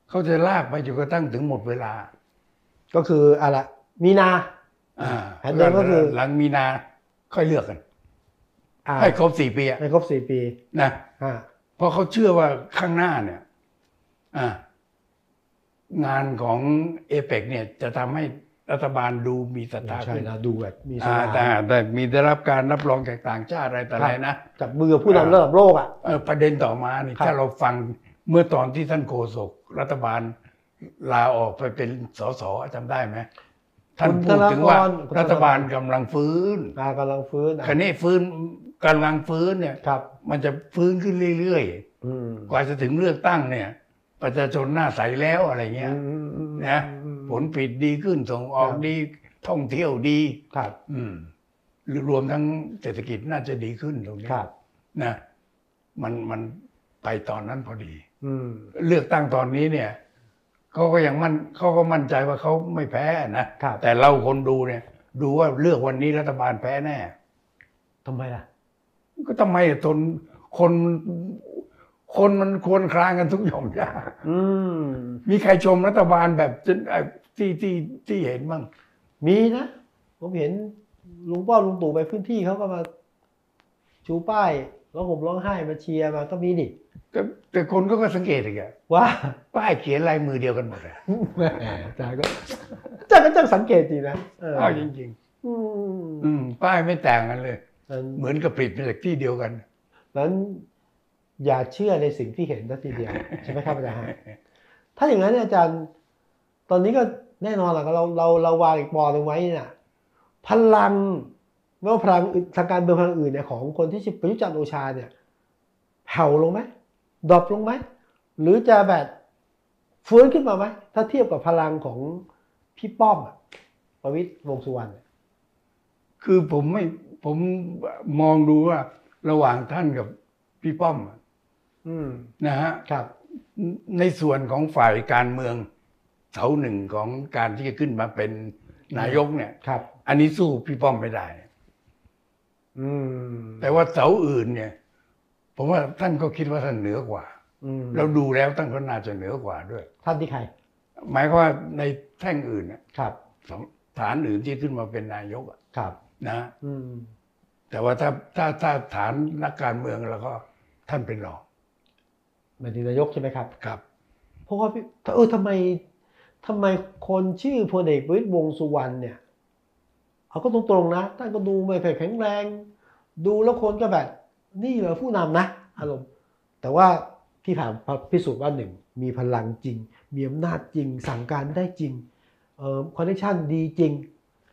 เขาจะลากไปจนกระทั่งถึงหมดเวลาก็คืออะไรมีนาอ่าแผนเดิมก็คือหลังมีนาค่อยเลือกกันอ่าให้ครบสี่ปีอะให้ครบสี่ปีนะอ่าเพราะเขาเชื่อว่าข้างหน้าเนี่ยอ่างานของเอเปกเนี่ยจะทำให้รัฐบาลดูมีศรัทธาใช่ขึ้นนะดูแบบมีสอ่าง่าแต่แต่มีได้รับการรับรองจากต่างชาติอะไรต่ออะไรนะจับมือผู้นำระดับโลกอ่ะเออประเด็นต่อมานี่ครับถ้าเราฟังเมื่อตอนที่ท่านโฆษกรัฐบาลลาออกไปเป็นสสจำได้ไหมท่านพูดถึงว่ารัฐบาลกำลังฟื้นอ่ากำลังฟื้นอ่ะคันนี้ฟื้นกำลังฟื้นเนี่ยครับมันจะฟื้นขึ้นเรื่อยอืมๆ กว่าจะถึงเลือกตั้งเนี่ย ประชาชนหน้าใสแล้วอะไรเงี้ยอืมอืมนะอืมผลผลิตดีขึ้นส่งออกครับดีท่องเที่ยวดีครับอืมรวมทั้งเศรษฐกิจน่าจะดีขึ้นตรงนี้ครับนะมันมันไปตอนนั้นพอดีอืมเลือกตั้งตอนนี้เนี่ยเขาก็ยังมั่นเขาก็มั่นใจว่าเขาไม่แพ้นะครับ แต่เราคนดูเนี่ย ดูว่าเลือกวันนี้รัฐบาลแพ้แน่ทำไมล่ะก็ทำไมทนคนคนมันควรคลางกันทุกหย่อมย่าอืมมีใครชมรัฐบาลแบบที่ที่ที่เห็นบ้างมีนะผมเห็นลุงป้อมลุงตู่ไปพื้นที่เขาก็มาชูป้ายร้องห่มร้องไห้มาเชียร์มาก็มีนี่แต่แต่คนก็ก็สังเกตอีกอะว่าป้ายเขียนลายมือเดียวกันหมดเลยแหมอาจารย์ก็อาจารย์ก็จังสังเกตดีนะเอออ้าวจริงอืมๆ อืมป้ายไม่ต่างกันเลยนั้นเหมือนกับผลิตมาจากที่เดียวกันนั้นอย่าเชื่อในสิ่งที่เห็นทันทีเดียวใช่ไหมครับอาจารย์ฮะถ้าอย่างนั้นเนี่ยอาจารย์ ตอนนี้ก็แน่นอนแหละเราเราเราวางอีกปอหนึ่งไว้เนี่ยพลังไม่ว่าพลังอื่นทางการเมืองพลังอื่นเนี่ยของคนที่ชื่อประยุทธ์จันทร์โอชาเนี่ยแผ่วลงไหมดรอปลงไหมหรือจะแบบฟื้นขึ้นมาไหมถ้าเทียบกับพลังของพี่ป้อมอะประวิตรวงษ์สุวรรณเนี่ยคือผมไม่ผมมองดูว่าระหว่างท่านกับพี่ป้อมอะอืมนะฮะครับในส่วนของฝ่ายการเมืองเสาหนึ่งของการที่จะขึ้นมาเป็นนายกเนี่ยครับอันนี้สู้พี่ป้อมไม่ได้อืมแต่ว่าเสาอื่นเนี่ย ผมว่าท่านก็คิดว่าท่านเหนือกว่าอืมเราดูแล้วท่านก็น่าจะเหนือกว่าด้วยท่านที่ใครหมายความว่าในแท่งอื่นน่ะครับสองฐานอื่นที่ขึ้นมาเป็นนายกอะครับนะอืมแต่ว่าถ้าถ้าถ้าฐานนักการเมืองแล้วก็ท่านเป็นรองหมายถึงนายกใช่ไหมครับครับเพราะว่าพี่เออทำไมทำไมคนชื่อพลเอกประวิตรวงษ์สุวรรณเนี่ยเอาก็ตรงๆนะท่านก็ดูไม่ค่อยแข็งแรง ดูแล้วคนก็แบบนี่เหรอผู้นำนะอารมณ์แต่ว่าที่ผ่านพิสูจน์ว่าหนึ่งมีพลังจริง มีอำนาจจริง สั่งการได้จริงเอ่อคอนเนคชั่นดีจริง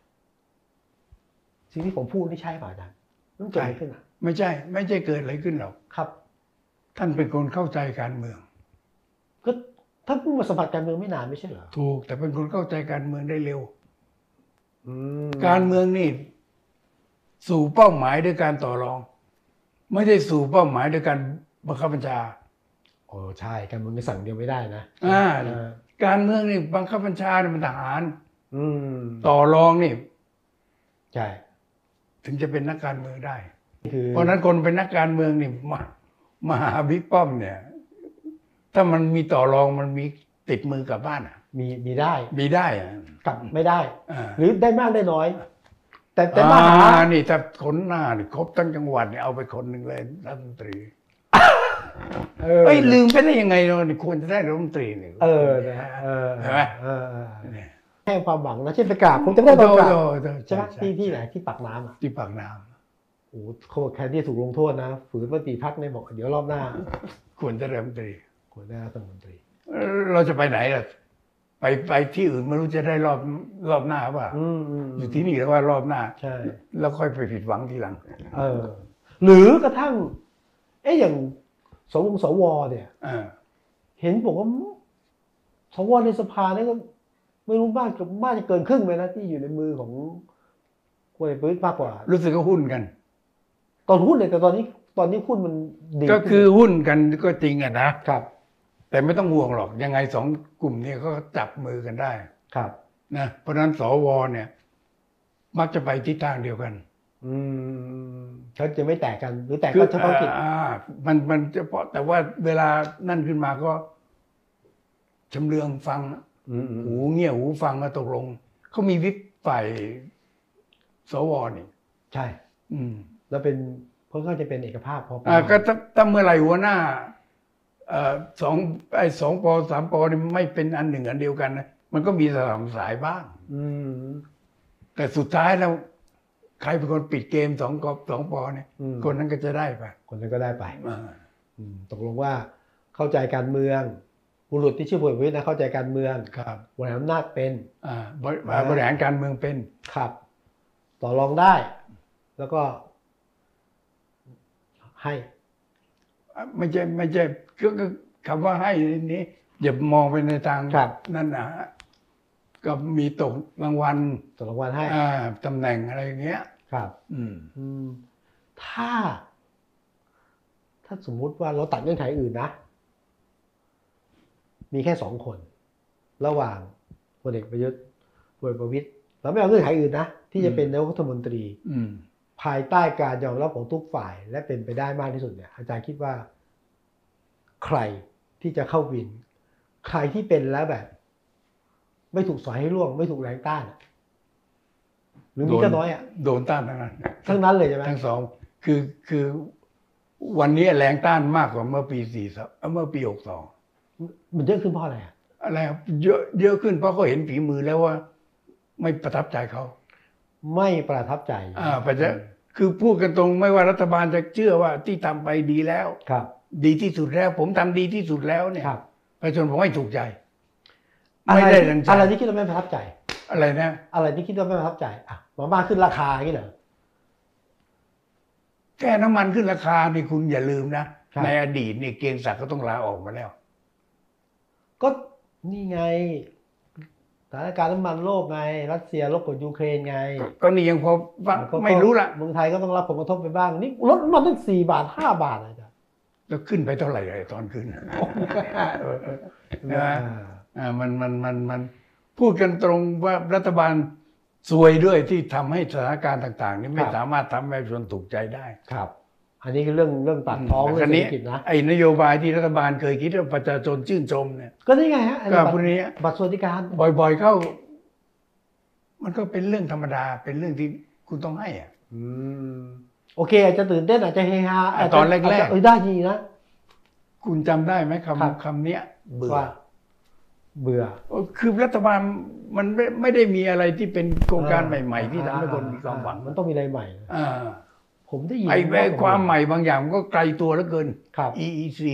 สิ่งที่ผมพูดนี่ใช่ป่ะอาจารย์มันเกิดอะไรขึ้นอ่ะไม่ใช่ ไม่ใช่เกิดอะไรขึ้นหรอกครับท่านเป็นคนเข้าใจการเมืองก็ท่านเพิ่งมาสัมผัสการเมืองไม่นานไม่ใช่เหรอถูก แต่เป็นคนเข้าใจการเมืองได้เร็วอืมการเมืองนี่สู่เป้าหมายด้วยการต่อรอง ไม่ได้สู่เป้าหมายด้วยการบังคับบัญชาโอ้ใช่การเมืองก็สั่งเดียวไม่ได้นะอ่าเออการเมืองนี่บังคับบัญชาเนี่ยมันทหารอืมต่อรองนี่ใช่ถึงจะเป็นนักการเมืองได้คือเพราะฉะนั้นคนเป็นนักการเมืองนี่มามาหาบิ๊กป้อมเนี่ย ถ้ามันมีต่อรองมันมีติดมือกลับบ้านอ่ะมีมีได้มีได้อ่ะกลับไม่ได้อ่าหรือได้มากได้น้อย แต่แต่มาหาอ่นี่ถ้าคนหน้านี่ครบทั้งจังหวัดเนี่ยเอาไปคนหนึ่งเลยรัฐมนตรีเออเอ้ยลืมไปได้ยังไงเนาะนี่ควรจะได้รัฐมนตรีนี่เออนะเออเห็นไหมเออเออเนี่ยให้ความหวังนะเช่นประกาศผมจะได้ประกาศโดโดใช่ไหมที่ที่ไหนที่ปากน้ำอ่ะที่ปากน้โอ้โหเขาบอกแทนที่ถูกลงโทษนะฝืนมติพักเนี่ยบอกเดี๋ยวรอบหน้าำควรจะได้รัฐมนตรีควรได้รัฐมนตรีเอ่อเราจะไปไหนล่ะไปไปที่อื่นไม่รู้จะได้รอบรอบหน้าป่ะอืมอืมอยู่ที่นี่แล้วว่ารอบหน้าใช่แล้วค่อยไปผิดหวังทีหลังเออ หรือกระทั่ง เอ๊ะอย่างสวสวเนี่ยอ่าเห็นบอกว่าสวในสภาเนี่ยก็ไม่รู้มากกับมากจะเกินครึ่งไหมนะที่อยู่ในมือของพลเอกประวิตรมากกว่ารู้สึกก็หุ้นกันตอนหุ้นเนี่ยแต่ตอนนี้ตอนนี้หุ้นมันดีก็คือหุ้นกันก็จริงอะนะครับแต่ไม่ต้องห่วงหรอกยังไงสองกลุ่มนี้ก็จับมือกันได้ครับนะเพราะฉะนั้นสวเนี่ย มักจะไปทิศทางเดียวกันอืมเขาจะไม่แตกกันหรือแตกคืก็เฉพาะกิจอ่ามันมันเฉพาะแต่ว่าเวลานั่นขึ้นมาก็ชำเลืองฟังอืมหูเงี่ยหูฟังก็ตกลงเขามีวิปฝ่ายสวนี่ใช่อืมแล้วเป็นเพราะก็จะเป็นเอกภาพพอประอ่ามาณก็ถ้าถ้าเมื่อไหร่หัวหน้าเอ่อสองไอ้สองปอสามปอนี่ไม่เป็นอันหนึ่งอันเดียวกันนะมันก็มีสลับสายบ้างอืมแต่สุดท้ายแล้วใครเป็นคนปิดเกมสองกอบสองปอเนี่ยอืมคนนั้นก็จะได้ไปคนนั้นก็ได้ไปอ่าอืมตกลงว่าเข้าใจการเมืองบุรุษที่ชื่อพลเอกประวิตรนะเข้าใจการเมืองครับบริหารอำนาจเป็นอ่าบริบริหารการเมืองเป็นครับ ต่อรองได้ แล้วก็ให้ไม่ใช่ไม่ใช่ก็ก็คำว่าให้นี้อย่ามองไปในทางครับนั่นนะฮะก็มีตกรางวัลต่อรางวัลให้อ่าตำแหน่งอะไรอย่างเงี้ยครับอืมอืมถ้า ถ้าสมมุติว่าเราตัดเงื่อนไขอื่นนะ มีแค่สองคน ระหว่างพลเอกประยุทธ์พลเอกประวิตรเราไม่เอาเงื่อนไขอื่นนะที่จะเป็นนายกรัฐมนตรีอืมภายใต้การยอมรับของทุกฝ่าย และเป็นไปได้มากที่สุดเนี่ยอาจารย์คิดว่า ใครที่จะเข้าวิน ใครที่เป็นแล้วแบบ ไม่ถูกสอยให้ร่วง ไม่ถูกแรงต้านอะหรือมีก็น้อยอ่ะโดนต้านทั้งนั้นทั้งนั้นเลยใช่ไหมทั้งสองคือคือวันนี้แรงต้านมากกว่าเมื่อปีสี่สเมื่อปีหกสองมันเยอะขึ้นเพราะอะไรอ่ะอะไรครับเยอะเยอะขึ้นเพราะเขาเห็นฝีมือแล้วว่า ไม่ประทับใจเขาไม่ประทับใจอ่าประจะคือพูดกันตรงไม่ว่ารัฐบาลจะเชื่อว่าที่ทำไปดีแล้วครับดีที่สุดแล้ว ผมทำดีที่สุดแล้วเนี่ยครับประชาชนผมไม่ถูกใจอะไรไม่ได้ดังใจอะไรที่คิดว่าไม่ประทับใจอะไรนะอะไรที่คิดว่าไม่ประทับใจอ่ะมาม่าขึ้นราคาอย่างนี้เหรอแค่น้ำมันขึ้นราคานี่คุณอย่าลืมนะครับ ในอดีตนี่เกรียงศักดิ์ก็ต้องลาออกมาแล้วก็นี่ไงสถานการณ์น้ำมันโลกไง รัสเซียรบกับยูเครนไงก็นี่ยังพอฟังก็ไม่รู้ละเมืองไทยก็ต้องรับผลกระทบไปบ้าง นี่ลดน้ำมันตั้งสี่บาทห้าบาทอาจารย์แล้วขึ้นไปเท่าไหร่เลยตอนขึ้นเออเออนะอ่ามันมันมันมันพูดกันตรงว่ารัฐบาลซวยด้วยที่ทำให้สถานการณ์ต่างๆ นี้ไม่สามารถทำให้ประชาชนถูกใจได้ครับ อันนี้คือเรื่องเรื่องปากท้องเรื่องเศรษฐกิจนะไอ้นโยบายที่รัฐบาลเคยคิดว่าประชาชนชื่นชมเนี่ยก็นี่ไงฮะไอ้ก็บัตรพวกนี้บัตรสวัสดิการบ่อยๆเข้า มันก็เป็นเรื่องธรรมดาเป็นเรื่องที่คุณต้องให้อ่ะอืมโอเคอาจจะตื่นเต้นอาจจะเฮฮาาจจะตอนแรกๆาจจะเออได้จริงนะคุณจำได้ไหมครับคำคำเนี้ยเบื่อว่าเบื่อคือรัฐบาลมันไม่ไม่ได้มีอะไรที่เป็นโครงการใหม่ ๆ ที่ทำให้คนมีความหวังมันต้องมีอะไรใหม่นะอ่าผมได้ยินไอ้ไอ้ความใหม่บางอย่างมันก็ไกลตัวเหลือเกินครับอี อี ซี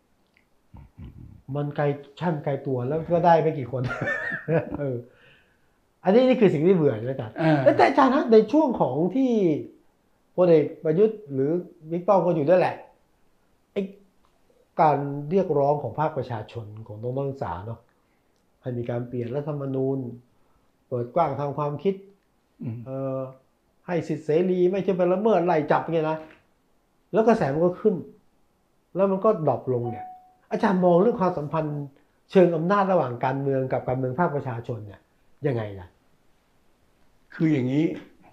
มันไกลช่างไกลตัวแล้วก็ได้ไม่กี่คน เออ อันนี้นี่คือสิ่งที่เบื่อใช่ไหมอาจารย์อ่าแต่อาจารย์นะในช่วงของที่พลเอกประยุทธ์หรือบิ๊กป้อมก็อยู่ด้วยแหละไอ้การเรียกร้องของภาคประชาชนของน้องนักศึกษาเนาะให้มีการเปลี่ยนรัฐธรรมนูญ เปิดกว้างทางความคิดอืมเอ่อให้สิทธิเสรีไม่ใช่ไปละเมิดไล่จับไงนะแล้วกระแสมันก็ขึ้น แล้วมันก็ดรอปลงเนี่ย อาจารย์มองเรื่องความสัมพันธ์เชิงอำนาจระหว่างการเมืองกับการเมืองภาคประชาชนเนี่ยยังไงล่ะคืออย่างนี้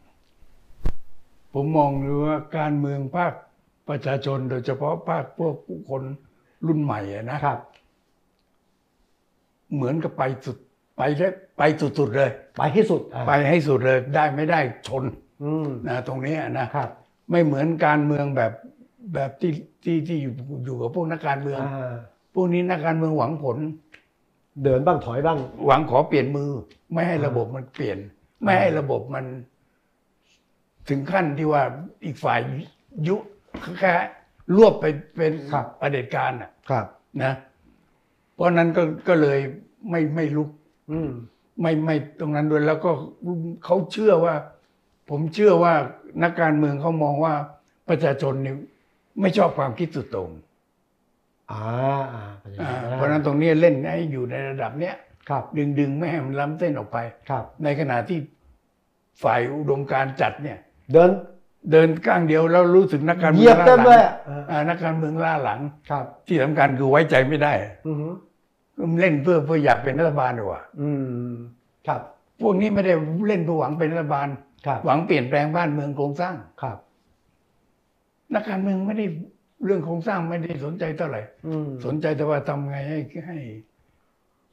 ผมมองดูว่าการเมืองภาคประชาชน โดยเฉพาะภาคพวกผู้คนรุ่นใหม่อะนะครับ เหมือนกับไปสุดไปได้ไปสุดๆเลยไปให้สุดอ่ะไปให้สุดเลย ได้ไม่ได้ชนอืมนะตรงนี้นะครับ ไม่เหมือนการเมืองแบบแบบที่ที่ที่อยู่อยู่กับพวกนักการเมืองอ่าพวกนี้นักการเมืองหวังผลเดินบ้างถอยบ้างหวังขอเปลี่ยนมือ ไม่ให้ระบบมันเปลี่ยน ไม่ให้ระบบมัน ถึงขั้นที่ว่าอีกฝ่ายยุแค่รวบไปเป็นครับเผด็จการน่ะครับนะ เพราะนั้นก็ก็เลยไม่ไม่ลุกอืมไม่ไม่ตรงนั้นด้วยแล้วก็เขาเชื่อว่า ผมเชื่อว่านักการเมืองเขามองว่าประชาชนนี่ไม่ชอบความคิดสุดโต่งอ่าอ่าเป็นอย่างอ่านั้นเพราะฉะนั้นตรงนี้เล่นให้อยู่ในระดับเนี้ยครับดึงดึงไม่ให้มันล้ำเส้นออกไปครับในขณะที่ฝ่ายอุดมการณ์จัดเนี่ยเดินเดินก้างเดียวแล้วรู้สึกนักการเหเมืยีอย งบล่าเต็มหเลลัยงอ่ะเอออ่านักการเมืองล่าหลังครับที่สำคัญคือไว้ใจไม่ได้อือหือมันเล่นเพื่อเพื่ออยากเป็นรัฐบาลดีกว่าอืมครับพวกนี้ไม่ได้เล่นเพื่อหวังเป็นรัฐบาลครับหวังเปลี่ยนแปลงบ้านเมืองโครงสร้างครับนักการเมืองไม่ได้เรื่องโครงสร้างไม่ได้สนใจเท่าไหร่อืมสนใจแต่ว่าทำไงให้ให้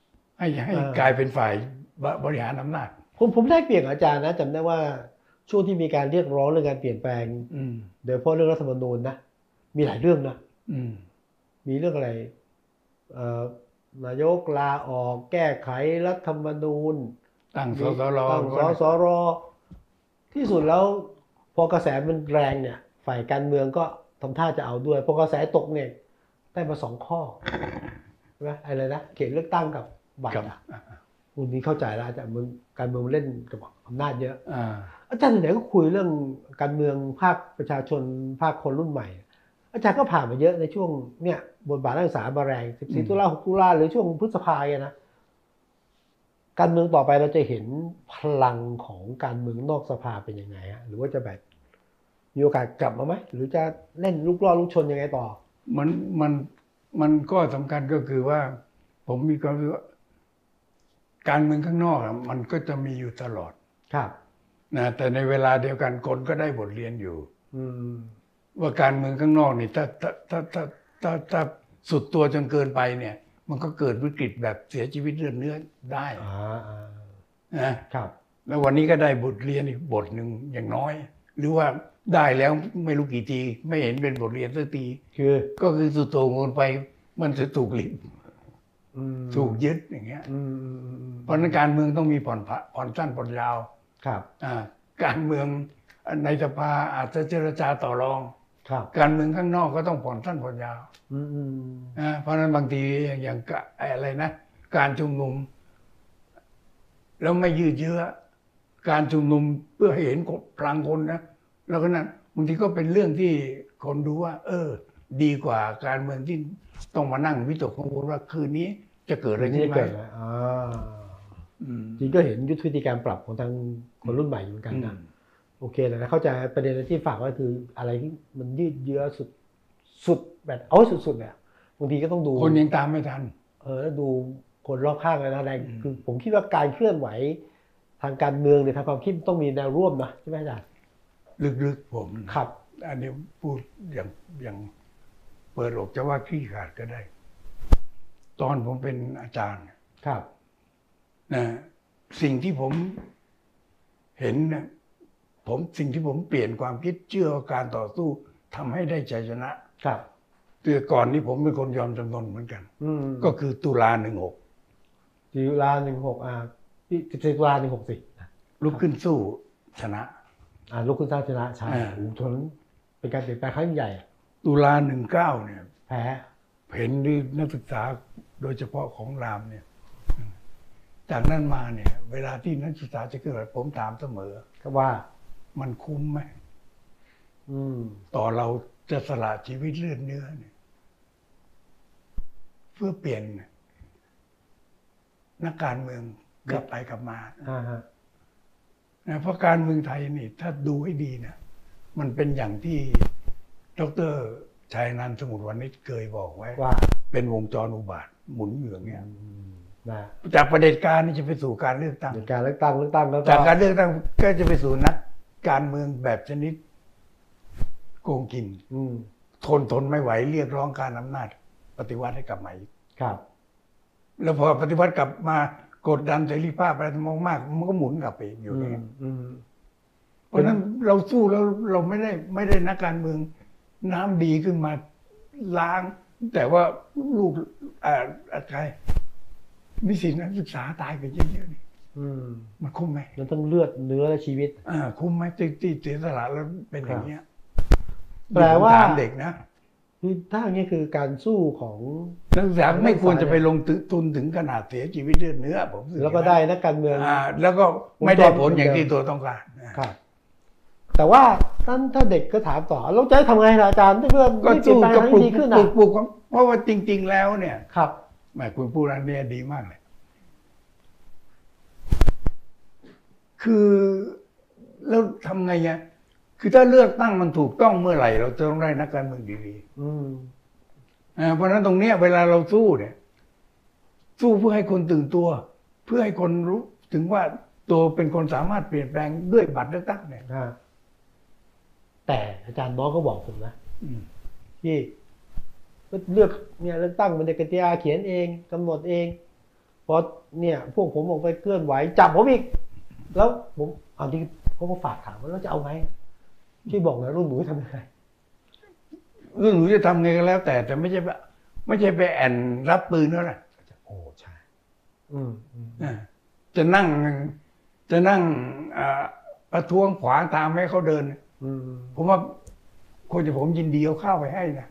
ให้ให้กลายเป็นฝ่ายบริหารอำนาจผมผมได้เปลี่ยนอาจารย์นะจำได้ว่าช่วงที่มีการเรียกร้องเรื่องการเปลี่ยนแปลงโดยเฉพาะเรื่องรัฐธรรมนูญนะมีหลายเรื่องนะมีเรื่องอะไรนายกลาออกแก้ไขรัฐธรรมนูญตั้งสสรตั้งสสรที่สุดแล้วพอกระแสมันแรงเนี่ยฝ่ายการเมืองก็ทำท่าจะเอาด้วยพอกระแสตกเนี่ยได้มาสองข้อใช่ไหมอะไรนะเขตเลือกตั้งกับบัตรอ่ะคุณนี้เข้าใจแล้วอาจารย์มึงการเมืองเล่นกับอำนาจเยอะอาจารย์ไหนก็คุยเรื่องการเมืองภาคประชาชนภาคคนรุ่นใหม่อาจารย์ก็ผ่านมาเยอะในช่วงเนี่ยบทบาทนักศึกษามาแรงสิบสี่ตุลาหกตุลาหรือช่วงพฤษภาคมนะการเมืองต่อไปเราจะเห็นพลังของการเมืองนอกสภาเป็นยังไงฮะหรือว่าจะแบบมีโอกาสกลับมาไหมหรือจะเล่นลูกล่อลูกชนยังไงต่อมันมันมันก็สำคัญก็คือว่าผมมีความรู้ว่าการเมืองข้างนอกมันก็จะมีอยู่ตลอดครับนะแต่ในเวลาเดียวกันคนก็ได้บทเรียนอยู่ว่าการเมืองข้างนอกนี่ถ้าถ้าถ้าถ้าถ้าถ้าสุดตัวจนเกินไปเนี่ยมันก็เกิดวิกฤตแบบเสียชีวิตเลือดเนื้อได้นะครับแล้ววันนี้ก็ได้บทเรียนอีกบทหนึ่งอย่างน้อยหรือว่าได้แล้วไม่รู้กี่ทีไม่เห็นเป็นบทเรียนสักทีคือก็คือสุดโต่งลงไปมันจะถูกลิบถูกยึดอย่างเงี้ยเพราะนั้นการเมืองต้องมีผ่อนผ่อนสั้นผ่อนยาวครับการเมืองในสภาอาจจะเจรจาต่อรองครับการเมืองข้างนอกก็ต้องผ่อนสั้นผ่อนยาวเพราะนั้นบางทีอย่างอะไรนะการชุมนุมแล้วไม่ยืดเยื้อการชุมนุมเพื่อให้เห็นพลังคนนะแล้วก็นั้นบางทีก็เป็นเรื่องที่คนดูว่าเออดีกว่าการเมืองที่ต้องมานั่งวิตกกังวลว่าคืนนี้จะเกิดอะไรขึ้นไหมจริงก็เห็นยุทธวิธีการปรับของทางคนรุ่นใหม่เหมือนกันนะโอเคแต่เข้าใจประเด็นที่ฝากว่าคืออะไรที่มันยืดเยื้อสุดสุดแบบเอาสุดๆเนี่ยบางทีก็ต้องดูคนยังตามไม่ทันเออแล้วดูคนรอบข้างเลยนะแรงคือผมคิดว่าการเคลื่อนไหวทางการเมืองเนี่ยทางความคิดต้องมีแนวร่วมนะใช่ไหมอาจารย์ลึกๆผมครับอันนี้พูดอย่างอย่างเปิดอกจะว่าขี้ขาดก็ได้ตอนผมเป็นอาจารย์ครับนะสิ่งที่ผมเห็นนะผมสิ่งที่ผมเปลี่ยนความคิดเชื่อว่าการต่อสู้ทำให้ได้ชัยชนะครับแต่ก่อนนี้ผมเป็นคนยอมจำนนเหมือนกันก็คือตุลาหนึ่งหกตุลาหนึ่งหกอ่าที่สิบสี่ตุลาหนึ่งหกสิลุกขึ้นสู้ชนะอ่าลุกขึ้นสู้ชนะใช่ชนเป็นการเปลี่ยนแปลงครั้งใหญ่ตุลาหนึ่งเก้าเนี่ยแพ้เห็นนักศึกษาโดยเฉพาะของรามเนี่ยจากนั้นมาเนี่ยเวลาที่นักศึกษาจะเกิดผมถามเสมอว่ามันคุ้มไหมต่อเราจะสละชีวิตเลือดเนื้อเนี่ยเพื่อเปลี่ยนนักการเมืองกลับไปกลับมานะเพราะการเมืองไทยนี่ถ้าดูให้ดีนะมันเป็นอย่างที่ดร.ชัยนันท์สมุทรวานิชเคยบอกไว้ว่าเป็นวงจรอุบาทหมุนอยู่อย่างเงี้ยจากประเผด็จการนี่จะไปสู่การเลือกตั้งการเลือกตั้งเลือกตั้งแล้วจากการเลือกตั้งก็จะไปสู่นักการเมืองแบบชนิดโกงกินทนทนไม่ไหวเรียกร้องการอำนาจปฏิวัติให้กลับมาอีกครับแล้วพอปฏิวัติกลับมากดดันเสรีภาพอะไรมากๆมันก็หมุนกลับไปอยู่อย่างนี้เพราะฉะนั้นเราสู้แล้วเราไม่ได้ไม่ได้นักการเมืองน้ำดีขึ้นมาล้างแต่ว่าลูกอะไรนิสิตนักศึกษาตายไปเยอะๆนี่มันคุ้มไหมมันต้องเลือดเนื้อและชีวิตอ่าคุ้มไหมที่ที่เสียสละแล้วเป็นอย่างเงี้ยแปลว่าเด็กนะคือถ้าอย่างนี้คือการสู้ของนักศึกษาไม่ควรจะไปลงทุนถึงขนาดเสียชีวิตเลือดเนื้อผมแล้วก็ได้นักการเมืองอ่าแล้วก็ไม่ได้ผลอย่างที่ตัวต้องการครับแต่ว่าท่านถ้าเด็กก็ถามต่อเราจะทำไงล่ะอาจารย์เพื่อก็สู้กับปลุกปลุกเพราะว่าจริงๆแล้วเนี่ยครับแม่คุณพูดอันนี้ดีมากเลยคือแล้วทำไงเนี่ยคือถ้าเลือกตั้งมันถูกต้องเมื่อไหร่เราจะต้องได้นักการเมืองดีๆเพราะฉะนั้นตรงนี้เวลาเราสู้เนี่ยสู้เพื่อให้คนตื่นตัวเพื่อให้คนรู้ถึงว่าตัวเป็นคนสามารถเปลี่ยนแปลงด้วยบัตรเลือกตั้งเนี่ยแต่อาจารย์น้องก็บอกผมนะที่เลือกเนี่ยเลือกตั้งมันในกติกาเขียนเองกำหนดเองพอเนี่ยพวกผมออกไปเคลื่อนไหวจับผมอีกแล้วผมเอาที่เขาก็ฝากถามว่าเราจะเอาไงที่บอกนะรุ่นหนูทำยังไงรุ่นหนูจะทำไงก็แล้ว แต่แต่ไม่ใช่ไม่ใช่ไปแอนรับปืนแล้วนะโอ้ใช่อืมจะนั่งจะนั่งประท้วงขวางทางให้เขาเดินผมว่าคนที่ผมยินดีเอาเข้าไปให้นะ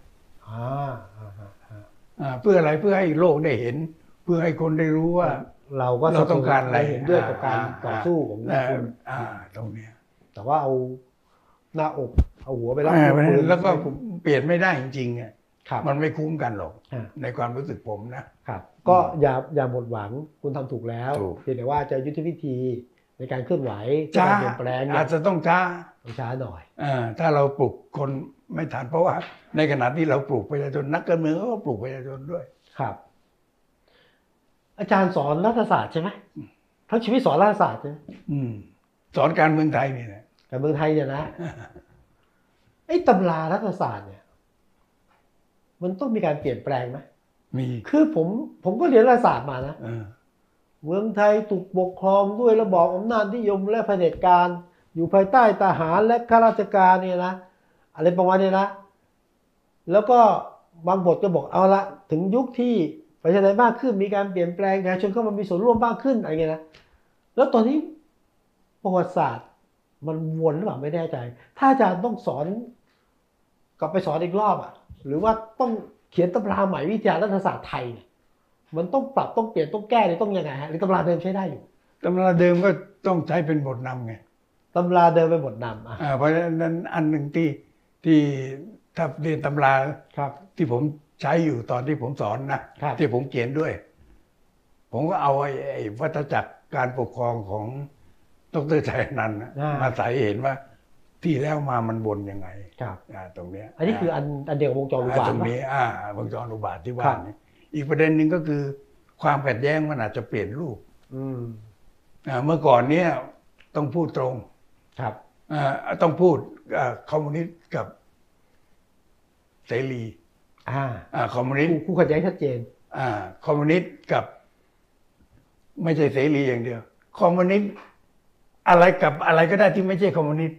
เพื่ออะไรเพื่อให้โลกได้เห็นเพื่อให้คนได้รู้ว่าเราก็เราต้องการอะไรเห็นด้วยกับการต่อสู้ของคุณตรงนี้แต่ว่าเอาหน้าอกเอาหัวไปรับปืนแล้วก็เปลี่ยนไม่ได้จริงๆมันไม่คุ้มกันหรอกในความรู้สึกผมนะครับก็อย่าอย่าหมดหวังคุณทำถูกแล้วเพียงแต่ว่าจะยุทธวิธีในการเคลื่อนไหวการเปลี่ยนแปลงอาจจะต้องช้าต้องช้าหน่อยถ้าเราปลุกคนไม่ทันเพราะว่าในขณะที่เราปลูกประชาชนนักการเมืองก็ปลูกประชาชนด้วยครับอาจารย์สอนรัฐศาสตร์ใช่ไหมทั้งชีวิตสอนรัฐศาสตร์ใช่ไหมสอนการเมืองไทยนี่แหละการเมืองไทยเนี่ยนะไอ้ตำรารัฐศาสตร์เนี่ยมันต้องมีการเปลี่ยนแปลงไหมมีคือผมผมก็เรียนรัฐศาสตร์มานะเมืองไทยถูกปกครองด้วยระบอบอำนาจนิยมและเผด็จการอยู่ภายใต้ทหารและข้าราชการเนี่ยนะอะไรประมาณนี้นะแล้วก็บางบทก็บอกเอาละถึงยุคที่ประชาธิปไตยมากขึ้นมีการเปลี่ยนแปลงประชาชนเข้ามามีส่วนร่วมมากขึ้นอะไรเงี้ยนะแล้วตอนนี้ประวัติศาสตร์มันวนหรือเปล่าไม่แน่ใจถ้าอาจารย์ต้องสอนกลับไปสอนอีกรอบอ่ะหรือว่าต้องเขียนตำราใหม่วิทยารัฐศาสตร์ไทยเนี่ยมันต้องปรับต้องเปลี่ยนต้องแก้เลยต้องยังไงฮะหรือตำราเดิมใช้ได้อยู่ตำราเดิมก็ต้องใช้เป็นบทนำไงตำราเดิมเป็นบทนำอ่าเพราะฉะนั้นอันหนึ่งที่ที่ถ้าเรียนตำราครับที่ผมใช้อยู่ตอนที่ผมสอนนะที่ผมเขียนด้วย ผมก็เอาไอ้วัฏจักรการปกครองของดร.ชัยนันท์มาใส่เห็นว่าที่แล้วมามันวนยังไงครับตรงนี้อันนี้คืออันอันเดียวกับวงจรอุบาทตรงนี้อ่าวงจรอุบาทที่ว่านี้อีกประเด็นหนึ่งก็คือความขัดแย้งมันอาจจะเปลี่ยนรูปเมื่อก่อนเนี้ยต้องพูดตรงครับต้องพูดคอมมิวนิสต์กับเสรีคอมมิวนิสต์คู่ขัดแย้งชัดเจนคอมมิวนิสต์กับไม่ใช่เสรีอย่างเดียวคอมมิวนิสต์อะไรกับอะไรก็ได้ที่ไม่ใช่คอมมิวนิสต์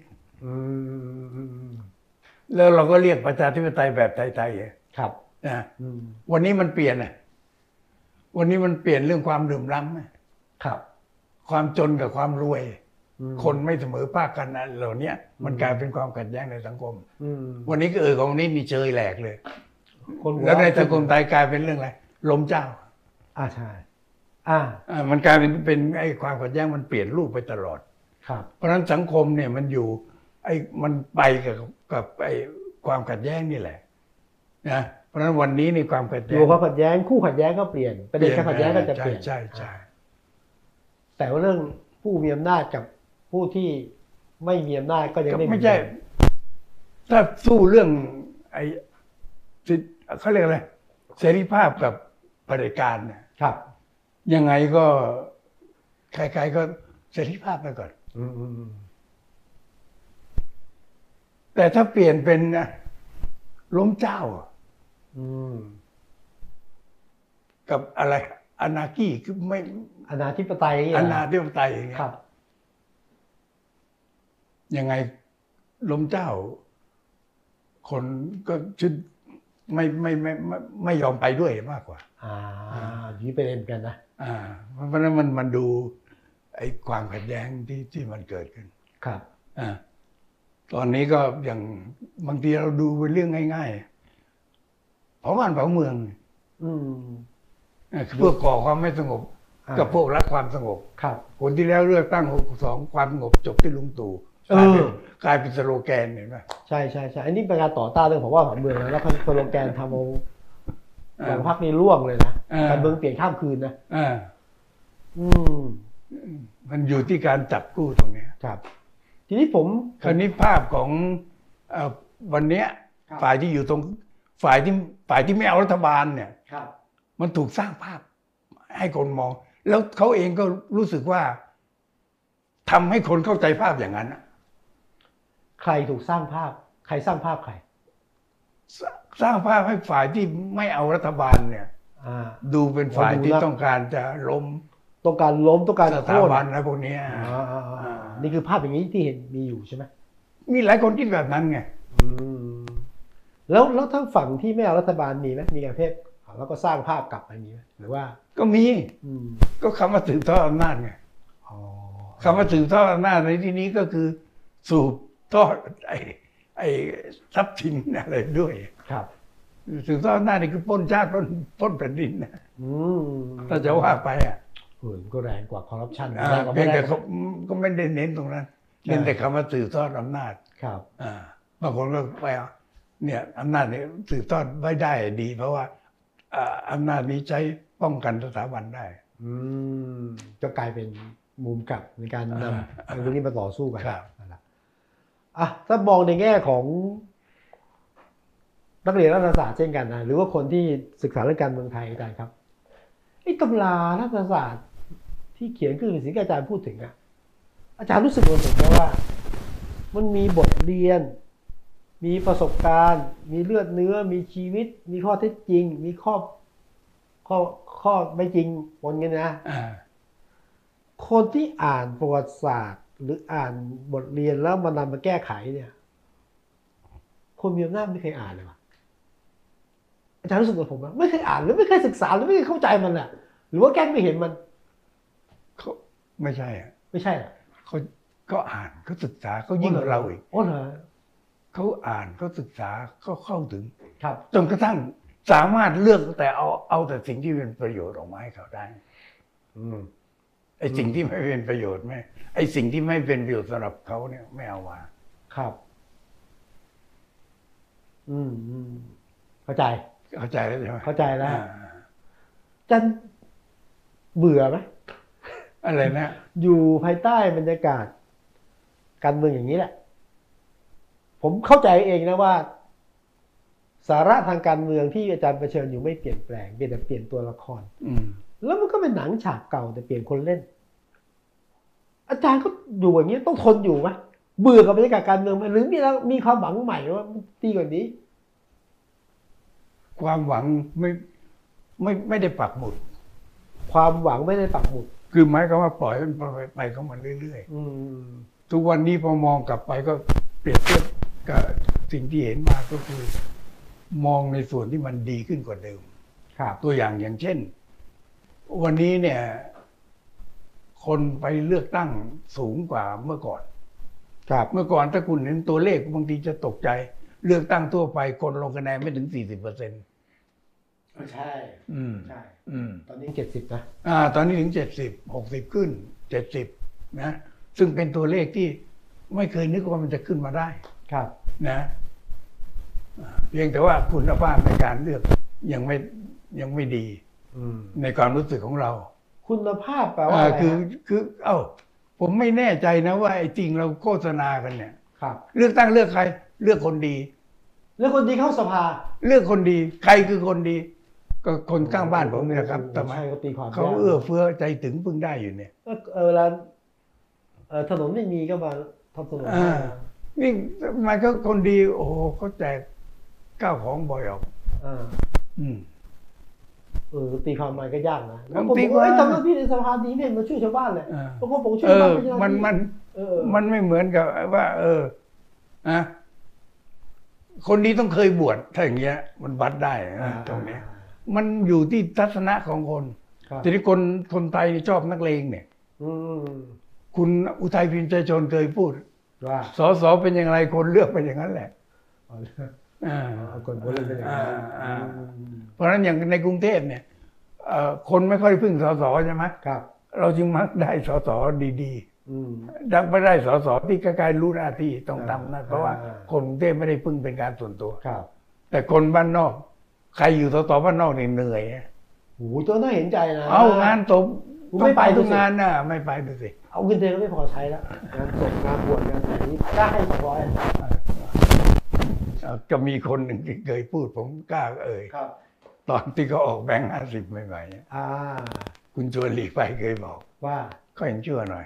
แล้วเราก็เรียกประชาธิปไตยแบบไทยๆครับนะวันนี้มันเปลี่ยนอ่ะวันนี้มันเปลี่ยนเรื่องความดื่มล้ำครับความจนกับความรวยคนไม่เสมอภาคกันนะเหล่านี้มันกลายเป็นความขัดแย้งในสังคมวันนี้ก็เออของนี้มีเชยแหลกเลยแล้วในสังคมไทยกลายเป็นเรื่องอะไรล้มเจ้าอ่าใช่อ่าอ่ามันกลายเป็นเป็นไอ้ความขัดแย้งมันเปลี่ยนรูปไปตลอดครับเพราะฉะนั้นสังคมเนี่ยมันอยู่ไอ้มันไปกับกับไอ้ความขัดแย้งนี่แหละนะเพราะฉะนั้นวันนี้ในความขัดแย้งความขัดแย้งคู่ขัดแย้งก็เปลี่ยนประเด็นการขัดแย้งก็จะเปลี่ยนใช่ใช่แต่ว่าเรื่องผู้มีอำนาจกับผู้ที่ไม่มีอำนาจก็ยังไม่ไม่ใช่ถ้าสู้เรื่องไอ้เขาเรียกอะไรเสรีภาพกับเผด็จการเนี่ยครับยังไงก็ใครๆก็เสรีภาพไปก่อนแต่ถ้าเปลี่ยนเป็นล้มเจ้ากับอะไรอนาคีคือไม่อนาธิปไตยอนาธิปไตยอย่างเงี้ยยังไงล้มเจ้าคนก็ชุดไม่ไม่ไม่ไม่ไม่ยอมไปด้วยมากกว่าอ่านี่เป็นเองกันนะอ่าเพราะฉะนั้นมันมันดูไอ้ความขัดแย้งที่ที่มันเกิดขึ้นครับอ่าตอนนี้ก็อย่างบางทีเราดูเป็นเรื่องง่ายๆเผาบ้านเผาเมืองอืมเพื่อก่อความไม่สงบกับพวกรักความสงบครับคนที่แล้วเลือกตั้งหกสองความสงบจบที่ลุงตู่กลายเป็นสโลแกนเห็นไหมใช่ใช่ใช่อันนี้เป็นการต่อต้านเรื่องของว่าของเมืองแล้วสโลแกนทำเอาของพรรคนี้ร่วงเลยนะการเมืองเปลี่ยนข้ามคืนนะอืมมันอยู่ที่การจับกู้ตรงนี้ครับทีนี้ผมคราวนี้ภาพของวันนี้ฝ่ายที่อยู่ตรงฝ่ายที่ฝ่ายที่ไม่เอารัฐบาลเนี่ยมันถูกสร้างภาพให้คนมองแล้วเขาเองก็รู้สึกว่าทำให้คนเข้าใจภาพอย่างนั้นใครถูกสร้างภาพใครสร้างภาพใครสร้างภาพให้ฝ่ายที่ไม่เอารัฐบาลเนี่ยอ่าดูเป็นฝ่ายเราดูที่นะต้องการจะล้มต้องการล้มต้องการสโค่ถาน บันอะไรพวกเนี้ยอ่าอ่าอ่านี่คือภาพอย่างนี้ที่เห็นมีอยู่ใช่ไหมมีหลายคนคิดแบบนั้นไงอืมแล้วแล้วทั้งฝั่งที่ไม่เอารัฐบาลมีไหมมีการเทศแล้วก็สร้างภาพกลับมามีไหมหรือว่าก็มีอืมก็คำว่าสืบทอดอำนาจไงอ๋อคำว่าสืบทอดอำนาจในที่นี้ก็คือสูบทอดไอ้ไอ้ทรัพย์สินอะไรด้วยครับสืบทอดอำนาจนี่คือปล้นชาติปล้นปล้นแผ่นดินนะอืมถ้าจะว่าไปอ่ะเออก็แรงกว่าคอร์รัปชันอ่าแรงกว่าเพียงไม่แต่ได้เขาก็ไม่ได้เน้นตรงนั้นเน้นแต่คำว่าสืบทอดอำนาจครับอ่าบางคนก็ไปเอาเนี่ยอำนาจนี้สืบทอดไม่ได้ดี เพราะว่าอ่าอำนาจนี้ใช้ป้องกันสถาบันได้อืมก็กลายเป็นมุมกลับในการนำเรื่องนี้มาต่อสู้กันครับนั่นแหละอ่ะถ้ามองในแง่ของนักเรียนรัฐศาสตร์เช่นกันนะหรือว่าคนที่ศึกษาเรื่องการเมืองไทยอาจารย์ครับไอ้ตำรารัฐศาสตร์ที่เขียนขึ้นในสิ่งที่อาจารย์พูดถึงอะอาจารย์รู้สึกเหมือนผมไหมว่า มันมีบทเรียน มีประสบการณ์ มีเลือดเนื้อ มีชีวิต มีข้อเท็จจริง มีข้อข้อข้อไม่จริงปนกันนะอ่าคนที่อ่านประวัติศาสตร์ หรืออ่านบทเรียนแล้วมานำมาแก้ไขเนี่ย คนมีอำนาจไม่เคยอ่านเลยว่ะอาจารย์รู้สึกเหมือนผมนะไม่เคยอ่านหรือไม่เคยศึกษาหรือไม่เคยเข้าใจมันแหละหรือว่าแก้ไม่เห็นมันเขาไม่ใช่อ่ะไม่ใช่เหรอเขาก็อ่านเขาศึกษาเขายิ่งกว่าเราอีกอ๋อเหรอเขาอ่านเขาศึกษาเขาเข้าถึงครับจนกระทั่งสามารถเลือกแต่เอาเอาแต่สิ่งที่เป็นประโยชน์ออกมาให้เขาได้อืมไอ้สิ่งที่ไม่เป็นประโยชน์ไม่ไอ้สิ่งที่ไม่เป็นประโยชน์สำหรับเขาเนี่ยไม่เอามาครับ อืมอืมเข้าใจเข้าใจแล้วใช่ไหมเข้าใจแล้วอ่าอาจารย์เบื่อไหมอะไรนะอยู่ภายใต้บรรยากาศการเมืองอย่างนี้แหละ ผมเข้าใจเองนะว่า สาระทางการเมืองที่อาจารย์เผชิญอยู่ไม่เปลี่ยนแปลงเปลี่ยนแต่เปลี่ยนตัวละครอืมแล้วมันก็เป็นหนังฉากเก่าแต่เปลี่ยนคนเล่น อาจารย์ก็อยู่อย่างนี้ต้องทนอยู่ไหมเบื่อกับบรรยากาศการเมืองไหมหรือมีแล้วมีความหวังใหม่ว่าดีกว่านี้ความหวังไม่ไม่ไม่ได้ปักหมุดความหวังไม่ได้ปักหมุดคือหมายความว่าปล่อยมันไปไปของมันเรื่อยอืมๆทุกวันนี้พอมองกลับไปก็เปรียบเทียบกับสิ่งที่เห็นมาก็คือ มองในส่วนที่มันดีขึ้นกว่าเดิมครับตัวอย่างอย่างเช่น วันนี้เนี่ย คนไปเลือกตั้งสูงกว่าเมื่อก่อนครับเมื่อก่อนถ้าคุณเห็นตัวเลขบางทีจะตกใจ เลือกตั้งทั่วไปคนลงคะแนนไม่ถึงสี่สิบเปอร์เซ็นต์ใช่อืมใช่อืมตอนนี้เจ็ดสิบนะอ่า ตอนนี้ถึงเจ็ดสิบหกสิบขึ้นเจ็ดสิบนะ ซึ่งเป็นตัวเลขที่ไม่เคยนึกว่ามันจะขึ้นมาได้ครับนะอ่าเพียงแต่ว่าคุณภาพในการเลือกยังไม่ยังไม่ดีอืมในความรู้สึกของเราคุณภาพแปลว่าอ่าอะไรคือฮะคือ เอ้า ผมไม่แน่ใจนะว่าไอ้จริงเราโฆษณากันเนี่ยครับเลือกตั้งเลือกใคร เลือกคนดีแล้วคนที่เข้าสภาเลือกคนดี ใครคือคนดี ก็คนข้างบ้านผมนี่แหละครับทำไมใช่เขาตีความเขายกเอื้อเฟื้อใจถึงพึ่งได้อยู่เนี่ยก็เออเวลาเออถนนไม่มีก็มาทำถนนให้อ่านะนี่ทำไมเขาคนดี โอ้โหเขาแจกข้าวของบ่อยออกอ่าอืมเออตีความมันก็ยากนะบางแล้วผมทีบอกว่าเอ้ยว่าทำหน้าที่ในสภาดีเนี่ยมาช่วยชาวบ้านเลยอ่าบางคนผมช่วยเอชาวบ้าอนเป็นหาที่มันมันเออมันไม่เหมือนกับว่า เออนะคนนี้ต้องเคยบวชถ้าอย่างเงี้ย มันวัดได้อ่านะตรงเนี้ย มันอยู่ที่ทัศนะของคนครับทีนี้คนคนไทยนี่ชอบนักเลงเนี่ยอืมคุณอุทัยพิมพ์ใจชนเคยพูดว่าสอสอเป็นอย่างไรคนเลือกเป็นอย่างนั้นแหละเอาอ่าเอาคนบนเรื่องเป็นอย่างนั้นอ่าอืมเพราะฉะนั้นอย่างในกรุงเทพเนี่ยเอ่อคนไม่ค่อยพึ่งสสใช่ไหมครับเราจึงมักได้สสดีอืมๆดังไม่ได้สสที่ใกล้ๆรู้หน้าที่ต้องทำนะอ่าเพราะว่าอ่าคนกรุงเทพไม่ได้พึ่งเป็นการส่วนตัวครับแต่คนบ้านนอก ใครอยู่สสบ้านนอกนี่เหนื่อยนะโอ้โหตัวน่าเห็นใจนะเอางานศพคุณต้อไม่งไปไปดูทุกสิงานน่ะไม่ไปดูสิเอาเงินเดือนก็ไม่พอใช้แล้วงานศพงานบวชงานแต่งนี้กล้าให้สองร้อยเอ่อก็มีคนหนึ่งที่เคยพูดผมกล้าเอ่ยครับตอนที่เขาออกแบงค์ห้าสิบใหม่ๆเนี่ยอ่าคุณชวนหลีกภัยเคยบอกว่าก็ยังชั่วหน่อย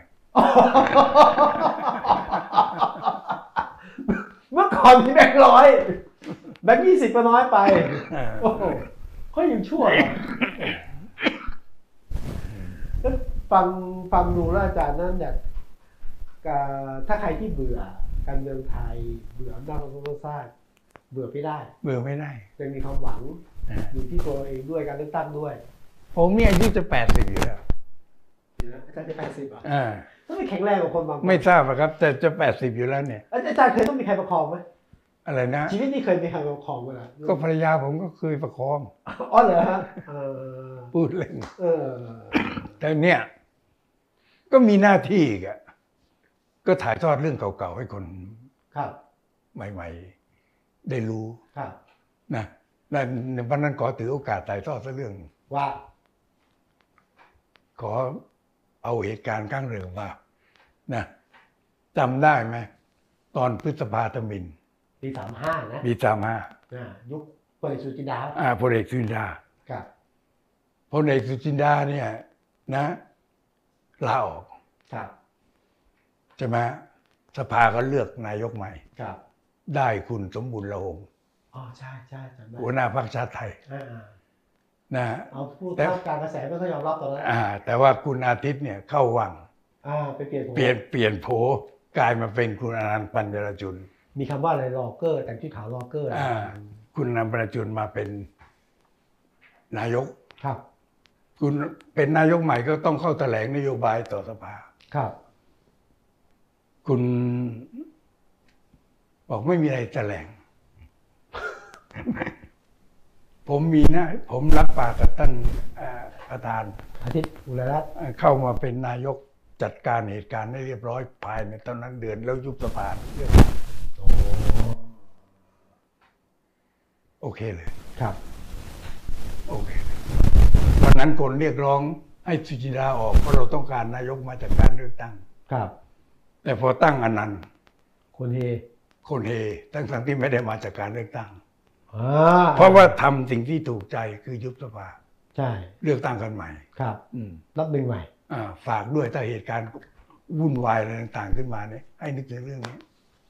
เมื่อก่อนมีแบงค์ร้อยแบงค์ยี่สิบก็น้อยไปอ่าโอ้โหเขายังชั่วเหรอแล้วฟังฟังดูแล้วอาจารย์นั่นอยากถ้าใครที่เบื่อการเมืองไทยเบื่ออำนาจของรัฐบาลเบื่อไม่ได้เบื่อไม่ได้ยังมีความหวังอยู่ที่ตัวเองด้วยการเลือกตั้งด้วยผมเนี่ยอายุจะแปดสิบอยู่แล้วอาจารย์จะแปดสิบอ่ะอ่าต้องแข็งแรงกว่าคนบางไม่ทราบครับแต่จะแปดสิบอยู่แล้วเนี่ยอาจารย์เคยต้องมีใครประคองไหมอะไรนะชีวิตนี้เคยมีใครประคองไหมล่ะก็ภรรยาผมก็เคยประคองอ๋อเหรอฮะพูดเล่นเออแต่เนี่ยก็มีหน้าที่อ่ะก็ถ่ายทอดเรื่องเก่าๆให้คนครับใหม่ๆได้รู้ครับนะนั่นวันนั้นขอถือโอกาสถ่ายทอดสักเรื่องว่าขอเอาเหตุการณ์ข้างเรือมานะจำได้ไหมตอนพฤษภาธมิฬปีสามห้านะปีสามห้ายุคพลเอกสุจินดาอ่าพลเอกสุจินดาครับพลเอกสุจินดาเนี่ยนะลาออกครับใช่ไหมสภาก็เลือกนายกใหม่ครับได้คุณสมบุญละหงอ๋อใช่ใช่จำได้หัวหน้าพรรคชาติไทยนะเอาพูดท่ามกลางกระแสไม่ค่อยยอมรับตอนนั้นอ่าแต่ว่าคุณอาทิตย์เนี่ยเข้าวังอ่าไปเปลี่ยนเปลี่ยนเปลี่ยนโผกลายมาเป็นคุณอนันต์ปัญญรชุนมีคำว่าอะไรลอเกอร์แต่งที่ขาวลอเกอร์อ่าคุณอนันต์ปัญญรชุนมาเป็นนายกครับคุณเป็นนายกใหม่ก็ต้องเข้าแถลงนโยบายต่อสภาครับคุณบอกไม่มีอะไรแถลงผมมีนะผมรับปากกับท่านประธานอาทิตย์อุไรรัตน์เข้ามาเป็นนายกจัดการเหตุการณ์ให้เรียบร้อยภายในตอนนั้นเดือนแล้วยุบสภาเรื่องโอเคเลยครับโอเควันนั้นคนเรียกร้องให้สุจินดาออกเพราะเราต้องการนายกมาจากการเลือกตั้งครับแต่พอตั้งอนันต์คนเฮคนเฮทั้งทั้งที่ไม่ได้มาจากการเลือกตั้งเพราะว่าทำสิ่งที่ถูกใจคือยุบสภาใช่เลือกตั้งกันใหม่ครับนับหนึ่งใหม่ฝากด้วยถ้าเหตุการณ์วุ่นวายอะไรต่างๆขึ้นมาเนี่ยให้นึกถึงเรื่องนี้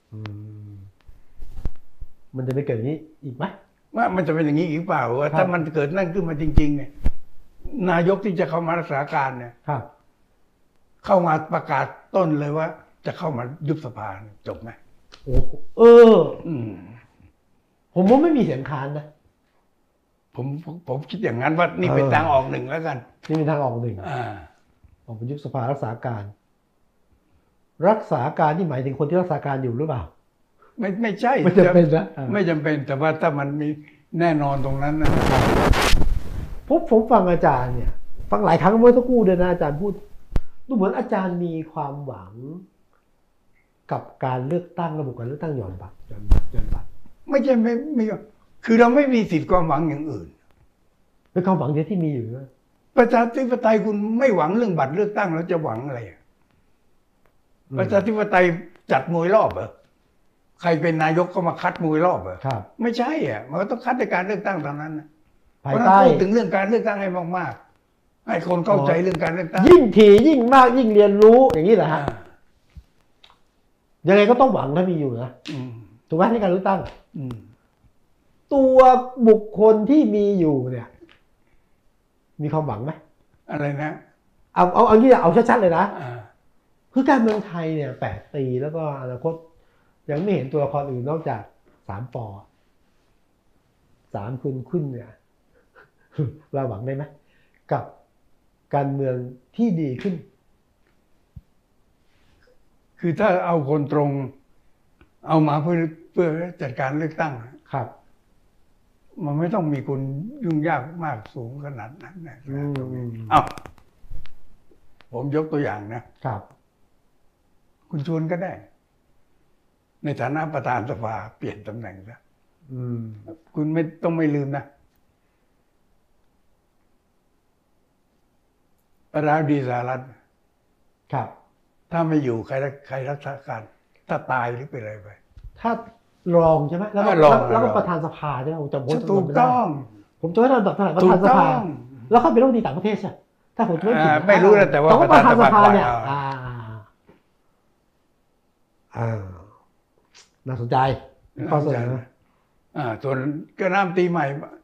มันจะไม่เกิดอย่างนี้อีกไหมว่ามันจะเป็นอย่างนี้อีกเปล่าว่าถ้ามันเกิดนั่นขึ้นมาจริงๆเนี่ยนายกที่จะเข้ามารักษาการเนี่ยเข้ามาประกาศต้นเลยว่าจะเข้ามายุบสภาจบไหมโอ้เออผมว่าไม่มีเสียงค้านนะผมผมคิดอย่างนั้นว่านี่เป็นทางออกหนึ่งแล้วกันนี่เป็นทางออกหนึ่งอ่าออกเป็นยุบสภารักษาการรักษาการที่หมายถึงคนที่รักษาการอยู่หรือเปล่าไม่ไม่ใช่ไม่จำเป็นนะไม่จำเป็นแต่ว่าถ้ามันมีแน่นอนตรงนั้นนะผมผมฟังอาจารย์เนี่ยฟังหลายครั้งเมื่อสักครู่เดือนนะอาจารย์พูดดูเหมือนอาจารย์มีความหวังกับการเลือกตั้งระบบการเลือกตั้งหย่อนบัตรหย่อนบัตรหย่อนบัตรไม่ใช่ไม่ไม่คือเราไม่มีสิทธิ์ความหวังอย่างอื่นเป็นความหวังเดียวที่มีอยู่นะประชาธิปไตยคุณไม่หวังเรื่องบัตรเลือกตั้งแล้วจะหวังอะไรประชาธิปไตยจัดมวยรอบเหรอใครเป็นนายกก็มาคัดมวยรอบเหรอครับไม่ใช่อ่ะมันก็ต้องคัดในการเลือกตั้งเท่านั้นนะภายใต้พูดถึงเรื่องการเลือกตั้งให้มากๆให้คนเข้าใจเรื่องการเลือกตั้งยิ่งถี่ยิ่งมากยิ่งเรียนรู้อย่างนี้แหละฮะยังไงก็ต้องหวังถ้ามีอยู่นะถูกไหมในการเลือกตั้งตัวบุคคลที่มีอยู่เนี่ยมีความหวังไหมอะไรนะเอาเอาเอางี้เอาชัดๆเลยนะคือการเมืองไทยเนี่ยแปดปีแล้วก็อนาคตยังไม่เห็นตัวละครอื่นนอกจากสามปอสามคุณขึ้นเนี่ยเราหวังได้ไหมกับการเมืองที่ดีขึ้นคือถ้าเอาคนตรงเอามาเพื่อเพื่อจัดการเลือกตั้งครับมันไม่ต้องมีคนยุ่งยากมากสูงขนาดนั้นนะอ้าวผมยกตัวอย่างนะครับคุณชวนก็ได้ในฐานะประธานสภาเปลี่ยนตำแหน่งซะคุณไม่ต้องไม่ลืมนะประธานาธิบดีสหรัฐครับถ้าไม่อยู่ใครใครรักษาการถ้าตายหรือเป็นอะไรไปถ้ารองใช่ไหมแล้วก็แล้วก็ประธานสภาใช่ไหมผมจำผมถูกต้องผมจะให้เราแบบประธานสภาแล้วเขาเป็นรัฐมนตรีต่างประเทศใช่ถ้าผมไม่ผิดไม่รู้นะแต่ว่าประธานสภาเนี่ยน่าสนใจข้อเสนออ่าส่วนก็น้ำตีใหม่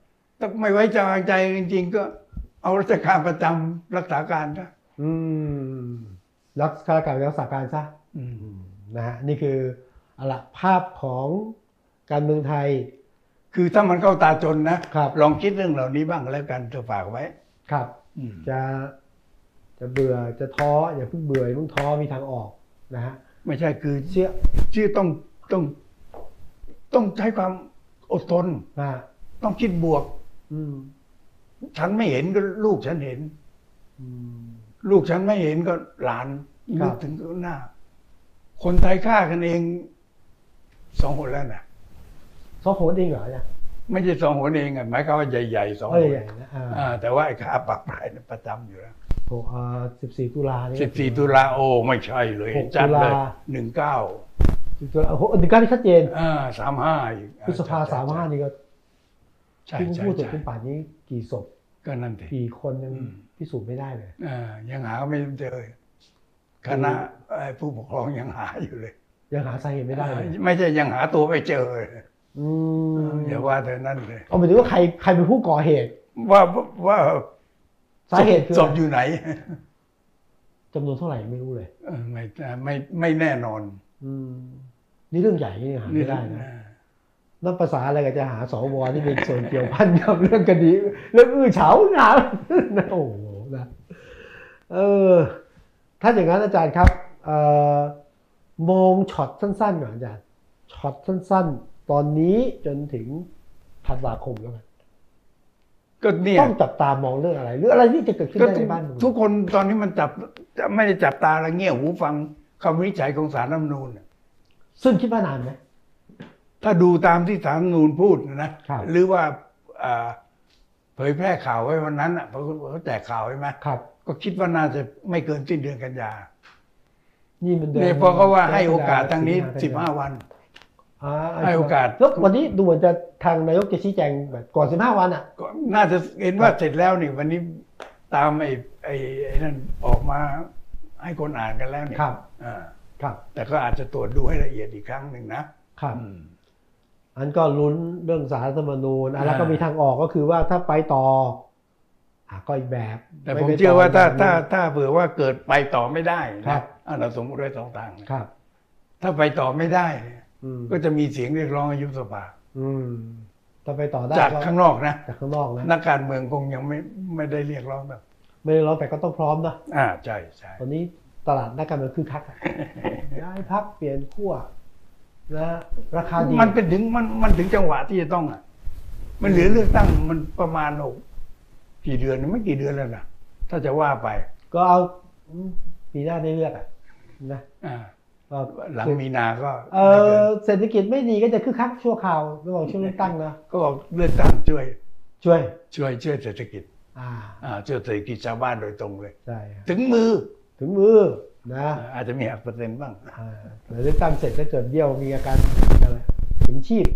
ถ้าไม่ไว้ใจจริงๆก็เอาราชการประจำรักษาการซะอืมรักษาการรักษาการซะนะฮะนี่คือเอาละภาพของการเมืองไทยคือถ้ามันเข้าตาจนนะลองคิดเรื่องเหล่านี้บ้างแล้วกันจะฝากไว้ครับจะจะเบื่อจะท้ออย่าเพิ่งเบื่ออย่าเพิ่งท้อมีทางออกนะฮะไม่ใช่คือเชื่อเชื่อต้องต้องต้องใช้ความอดทนต้องคิดบวกฉันไม่เห็นก็ลูกฉันเห็นลูกฉันไม่เห็นก็หลานนึกถึงหน้าคนไทยฆ่ากันเองสองคนแล้วนะสองคนเองเหรอเนี่ยไม่ใช่สองคนเองอ่ะหมายความว่าใหญ่ๆสองคนแต่ว่าไอ้ขาปักปลายประจำอยู่แล้วโอ้สิบสี่ตุลาเนี่ยสิบสี่ตุลาโอ้ไม่ใช่เลยจัดเลยหนึ่งเก้าตุลาโอ้โหหนึ่งเก้าที่ชัดเจนอ่าสามห้าอีกพฤษภาสามห้านี่ก็ที่พูดถึงเป็นป่านนี้กี่ศพก็นั่นสิกี่คนยังพิสูจน์ไม่ได้เลยอ่ายังหาไม่เจอคณะผู้ปกครองยังหาอยู่เลยยังหาสาเหตุไม่ได้เลยไม่ใช่ยังหาตัวไม่เจออืมอย่าว่าแต่นั้นเลยเอาหมายถึงว่าใครใครเป็นผู้ก่อเหตุว่าว่าสาเหตุคือศพอยู่ไหนจำนวนเท่าไหร่ไม่รู้เลยไม่ไม่ไม่แน่นอนอืมนี่เรื่องใหญ่นี่หาไม่ได้นะนั่นภาษาอะไรก็จะหาสวที่เป็นส่วนเกี่ยวพันกับเรื่องคดีเรื่องอื้อเฉาหนาโอ้โหนะเออถ้าอย่างนั้นอาจารย์ครับมองช็อตสั้นๆก่อนอาจารย์ช็อตสั้นๆตอนนี้จนถึงธันวาคมแล้วกันก็เนี่ยต้องจับตามองเรื่องอะไรหรืออะไรที่จะเกิดขึ้นในบ้านทุกคนตอนนี้มันจับไม่ได้จับตาแล้วเงี่ยหูฟังคำวินิจฉัยของศาลรัฐธรรมนูญซึ่งคิดว่านานไหมถ้าดูตามที่ศาลรัฐธรรมนูญพูดนะหรือว่าเผยแพร่ข่าวไว้วันนั้นอ่ะเพราะเขาแจกข่าวใช่ไหมก็คิดว่าน่าจะไม่เกินสิ้นเดือนกันยานี่มันเดือนเพราะเขาว่าให้โอกาสทางนี้สิบห้าวันให้โอกาสแล้ววันนี้ดูเหมือนจะทางนายกจะชี้แจงแบบก่อนสิบห้าวันอ่ะน่าจะเห็นว่าเสร็จแล้วนี่วันนี้ตามไอ้ไอ้ไอ้นั่นออกมาให้คนอ่านกันแล้วนี่ครับอ่าครับแต่ก็อาจจะตรวจดูให้ละเอียดอีกครั้งหนึ่งนะครับอันก็ลุ้นเรื่องศาลรัฐธรรมนูญแล้วก็มีทางออกก็คือว่าถ้าไปต่อก็อีกแบบแต่ผมเชื่อว่าถ้าถ้าถ้าเผื่อว่าเกิดไปต่อไม่ได้นะเราสมมติไว้สองทางครับถ้าไปต่อไม่ได้ก็จะมีเสียงเรียกร้องยุบสภาถ้าไปต่อได้จากข้างนอกนะจากข้างนอกนะนักการเมืองคงยังไม่ไม่ได้เรียกร้องแบบไม่ได้ร้องแต่ก็ต้องพร้อมนะอ่าใช่ใช่ตอนนี้ตลาดนักการเมืองคือคักย้ายพรรคเปลี่ยนขั้วนะราคาดีมันเป็นถึงมันมันถึงจังหวะที่จะต้องอ่ะมันเหลือเลือกตั้งมันประมาณหกกี่เดือนไม่กี่เดือนแล้วนะถ้าจะว่าไปก็เอาปีหน้าได้เลือกอ่ะนะหลังมีนาก็เออเศรษฐกิจไม่ดีก็จะคึกคักชั่วคราวระหว่างช่วงเลือกตั้งนะก็บอกเลือกตั้งช่วยช่วยช่วยช่วยเศรษฐกิจอ่าอ่าช่วยเศรษฐกิจชาวบ้านโดยตรงเลยใช่ถึงมือถึงมือนะอาจจะมีหักเปอร์เซ็นต์บ้างอ่าเลือกตั้งเสร็จถ้าเกิดเบี้ยวมีอาการอะไรถึงชีพ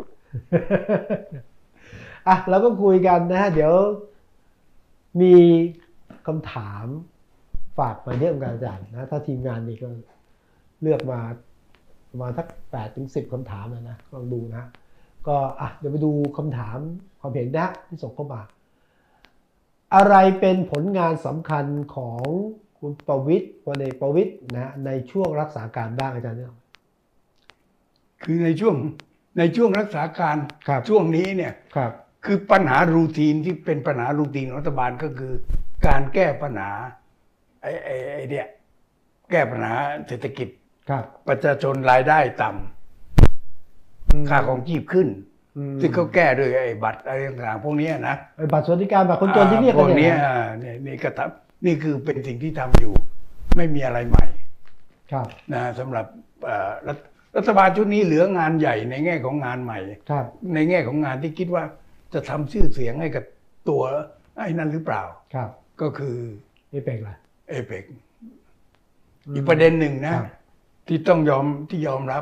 อ่ะเราก็คุยกันนะฮะเดี๋ยวมีคำถามฝากมาเยอะเหมือนกันอาจารย์นะถ้าทีมงานนี่ก็เลือกมาประมาณสักแปดถึงสิบคำถามนะนะลองดูนะก็อ่ะเดี๋ยวไปดูคำถามความเห็นนะที่ส่งเข้ามาอะไรเป็นผลงานสำคัญของคุณประวิตรพลเอกประวิตรนะในช่วงรักษาการบ้างอาจารย์เนี่ยคือในช่วงในช่วงรักษาการช่วงนี้เนี่ยครับคือปัญหารูทีนที่เป็นปัญหารูทีนของรัฐบาลก็คือการแก้ปัญหาไอ้ไอ้ไอ้เนี่ยแก้ปัญหาเศรษฐกิจประชาชนรายได้ต่ำค่าของชีพขึ้นซึ่งเขาแก้ด้วยไอ้บัตรอะไรต่างๆพวกนี้นะไอ้บัตรสวัสดิการบัตรคนจนที่เรียกกันพวกนี้นี่นี่ก็ทำนี่คือเป็นสิ่งที่ทำอยู่ไม่มีอะไรใหม่นะสำหรับรัฐบาลชุดนี้เหลืองานใหญ่ในแง่ของงานใหม่ในแง่ของงานที่คิดว่าจะทำชื่อเสียงให้กับตัวไอ้นั่นหรือเปล่าก็คือเอเปกแหละเอเปกอีกประเด็นหนึ่งนะที่ต้องยอมที่ยอมรับ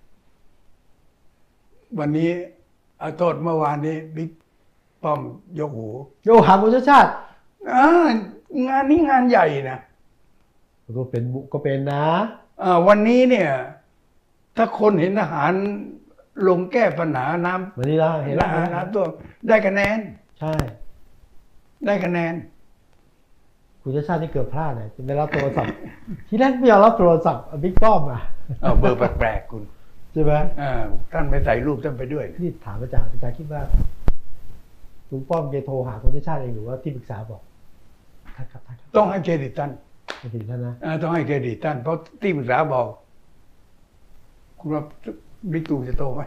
วันนี้เอาโทษเมื่อวานนี้บิ๊กป้อมยกหูโยหาคุณชาติชาติงานนี้งานใหญ่นะก็เป็นก็เป็นนะวันนี้เนี่ยถ้าคนเห็นทหารลงแก้ปัญหาน้ำวันนี้ละเห็นแล้วน้ำตัวได้คะแนนใช่ได้คะแนนคุณชาติชาติที่เกือบพลาดเลยไม่รับโทรศัพท์ ทีแรกไม่ยอมรับโทรศัพท์บิ๊กป้อมอ่ะเอาเบอร์แปลกๆคุณใช่ไหมอ่าท่านไม่ใส่รูปท่านไปด้วยนี่ถามอาจารย์อาจารย์คิดว่าลุงป้อมจะโทรหาคุณชาติชาติเองหรือว่าที่ปรึกษาบอกท่านครับท่านครับต้องให้เครดิตท่านเครดิตท่านนะต้องให้เครดิตท่านเพราะที่ปรึกษาบอกคุณว่าบิ๊กตู่จะโตไหม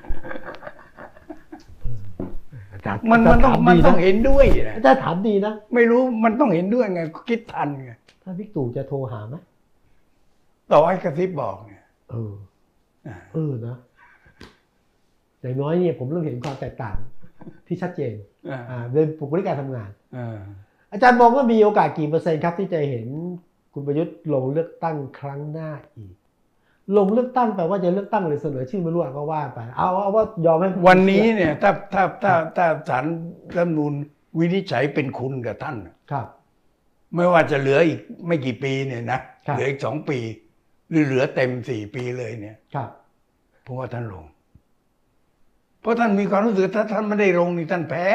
มันมันต้องมันต้องเห็นด้วยนะอาจารย์ถามดีนะไม่รู้มันต้องเห็นด้วยไงคิดทันไงถ้าบิ๊กตู่จะโทรหาไหมต่อให้กระซิบบอกเนี่ยเออเออนะอย่างน้อยเนี่ยผมเริ่มเห็นความแตกต่างที่ชัดเจนอ่าเป็นบุคลิกการทำงานอาจารย์มองว่ามีโอกาสกี่เปอร์เซ็นต์ครับที่จะเห็นคุณประยุทธ์ลงเลือกตั้งครั้งหน้าอีกลงเลือกตั้งแปลว่าจะเลือกตั้งหรือเสนอชื่อไม่รู้ก็ว่าไปเอาเอาว่ายอมให้วันนี้เนี่ยถ้าถ้าถ้าถ้าศาลรัฐธรรมนูญวินิจฉัยเป็นคุณกับท่านครับไม่ว่าจะเหลืออีกไม่กี่ปีเนี่ยนะเหลืออีกสองปีหรือเหลือเต็มสี่ปีเลยเนี่ยครับผมว่าท่านลงเพราะท่านมีความรู้สึกถ้าท่านไม่ได้ลงนี่ท่านแพ้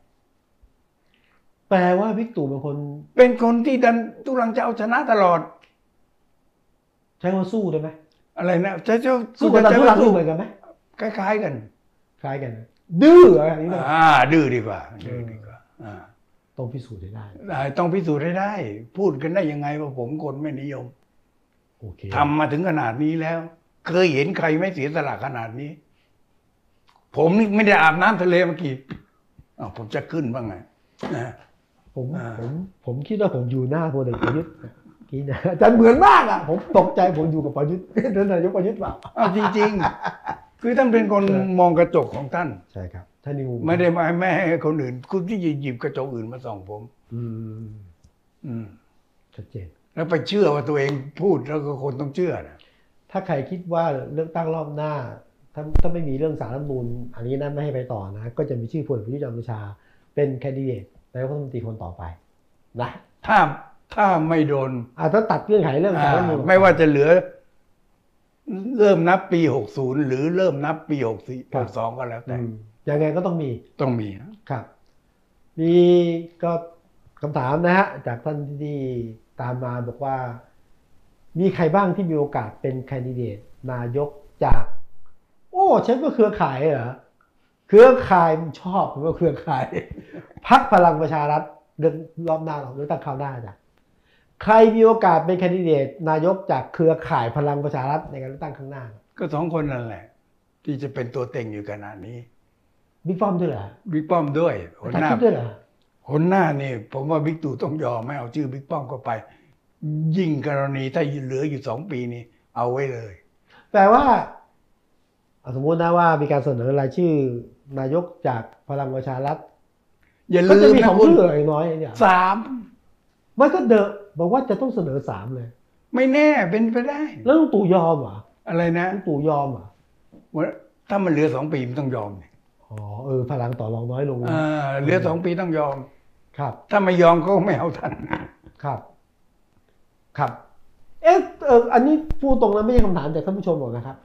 แปลว่าบิ๊กตู่เป็นคนเป็นคนที่ดันตุลังจะเอาชนะตลอดใช้ว่าสู้ได้ไหมอะไรนะจะจะสู้กันทุลังเหมือนกันไหมคล้ายๆกันคล้ายกันดื้ออะไรนี้อ่าดื้อดีกว่าดื้อดีกว่าอ่าต้องพิสูจน์ให้ได้ต้องพิสูจน์ให้ได้พูดกันได้ยังไงว่าผมคนไม่นิยมทำมาถึงขนาดนี้แล้วเคยเห็นใครไม่เสียสละขนาดนี้ผมนี่ไม่ได้อาบน้ำทะเลมากี่อ้าวผมจะขึ้นบ้างไงนะผมผมผมคิดว่าผมอยู่หน้าพลเอกประยุทธ์กินอาจารย์เหมือนมากอ่ะผมตกใจผมอยู่กับประยุทธ์ท่านนายกประยุทธ์เปล่าอ้าวจริงๆคือท่านเป็นคนมองกระจกของท่านใช่ครับท่านนี่ไม่ได้ไม่ไม่ให้คนอื่นคุณที่หยิบกระจกอื่นมาส่องผมอืมอืมชัดเจนแล้วไปเชื่อว่าตัวเองพูดแล้วก็คนต้องเชื่อนะถ้าใครคิดว่าเลือกตั้งรอบหน้าถ้าถ้าไม่มีเรื่องศาลรัฐธรรมนูญอันนี้นั่นไม่ให้ไปต่อนะก็จะมีชื่อพลเอกประยุทธ์จันทร์โอชาเป็นแคนดิเดตนายกรัฐมนตรีคนต่อไปนะถ้าถ้าไม่โดนอ่าถ้าตัดเงื่อนไขเรื่องศาลรัฐธรรมนูญไม่ว่าจะเหลือเริ่มนับปีหกสิบหรือเริ่มนับปีหกสี่ หกสองก็แล้วแต่ยังไงก็ต้องมีต้องมีครับมีก็คำถามนะฮะจากท่านที่ตามมาบอกว่ามีใครบ้างที่มีโอกาสเป็นแคนดิเดตนายกจากโอ้ฉันก็เครือข่ายเหรอเครือข่ายชอบผมว่าเครือข่ายพรรคพลังประชารัฐเรื่องรอบหน้าหรอกเรื่องตั้งคราวหน้าจ้ะใครมีโอกาสเป็นแคนดิเดตนายกจากเครือข่ายพลังประชารัฐในการเลือกตั้งข้างหน้าก็สองคนนั่นแหละที่จะเป็นตัวเต็งอยู่ขนาดนี้บิ๊กป้อมด้วยเหรอบิ๊กป้อมด้วยหัวหน้าด้วยเหรอหัวหน้านี่ผมว่าบิ๊กตู่ต้องยอมไม่เอาชื่อบิ๊กป้อมเข้าไปยิ่งกรณีถ้าเหลืออยู่สองปีนี้เอาไว้เลยแปลว่าสมมตินะว่ามีการเสนอรายชื่อนายกจากพลังประชารัฐอย่าลืมนะคุณเหลือน้อยเนี่ยสามมันก็เดอะบอกว่าจะต้องเสนอสามเลยไม่แน่เป็นไปได้แล้วลุงตู่ยอมเหรออะไรนะลุงตู่ยอมเหรอว่าถ้ามันเหลือสองปีมันต้องยอมอ๋อเออพลังต่อรองน้อยลงอ่าเหลือสองปีต้องยอมครับถ้าไม่ยอมก็ไม่เอาทันครับครับเอ๊ะเอออันนี้พูดตรงแล้วไม่ใช่คำถามจากท่านผู้ชมหรอกนะครับ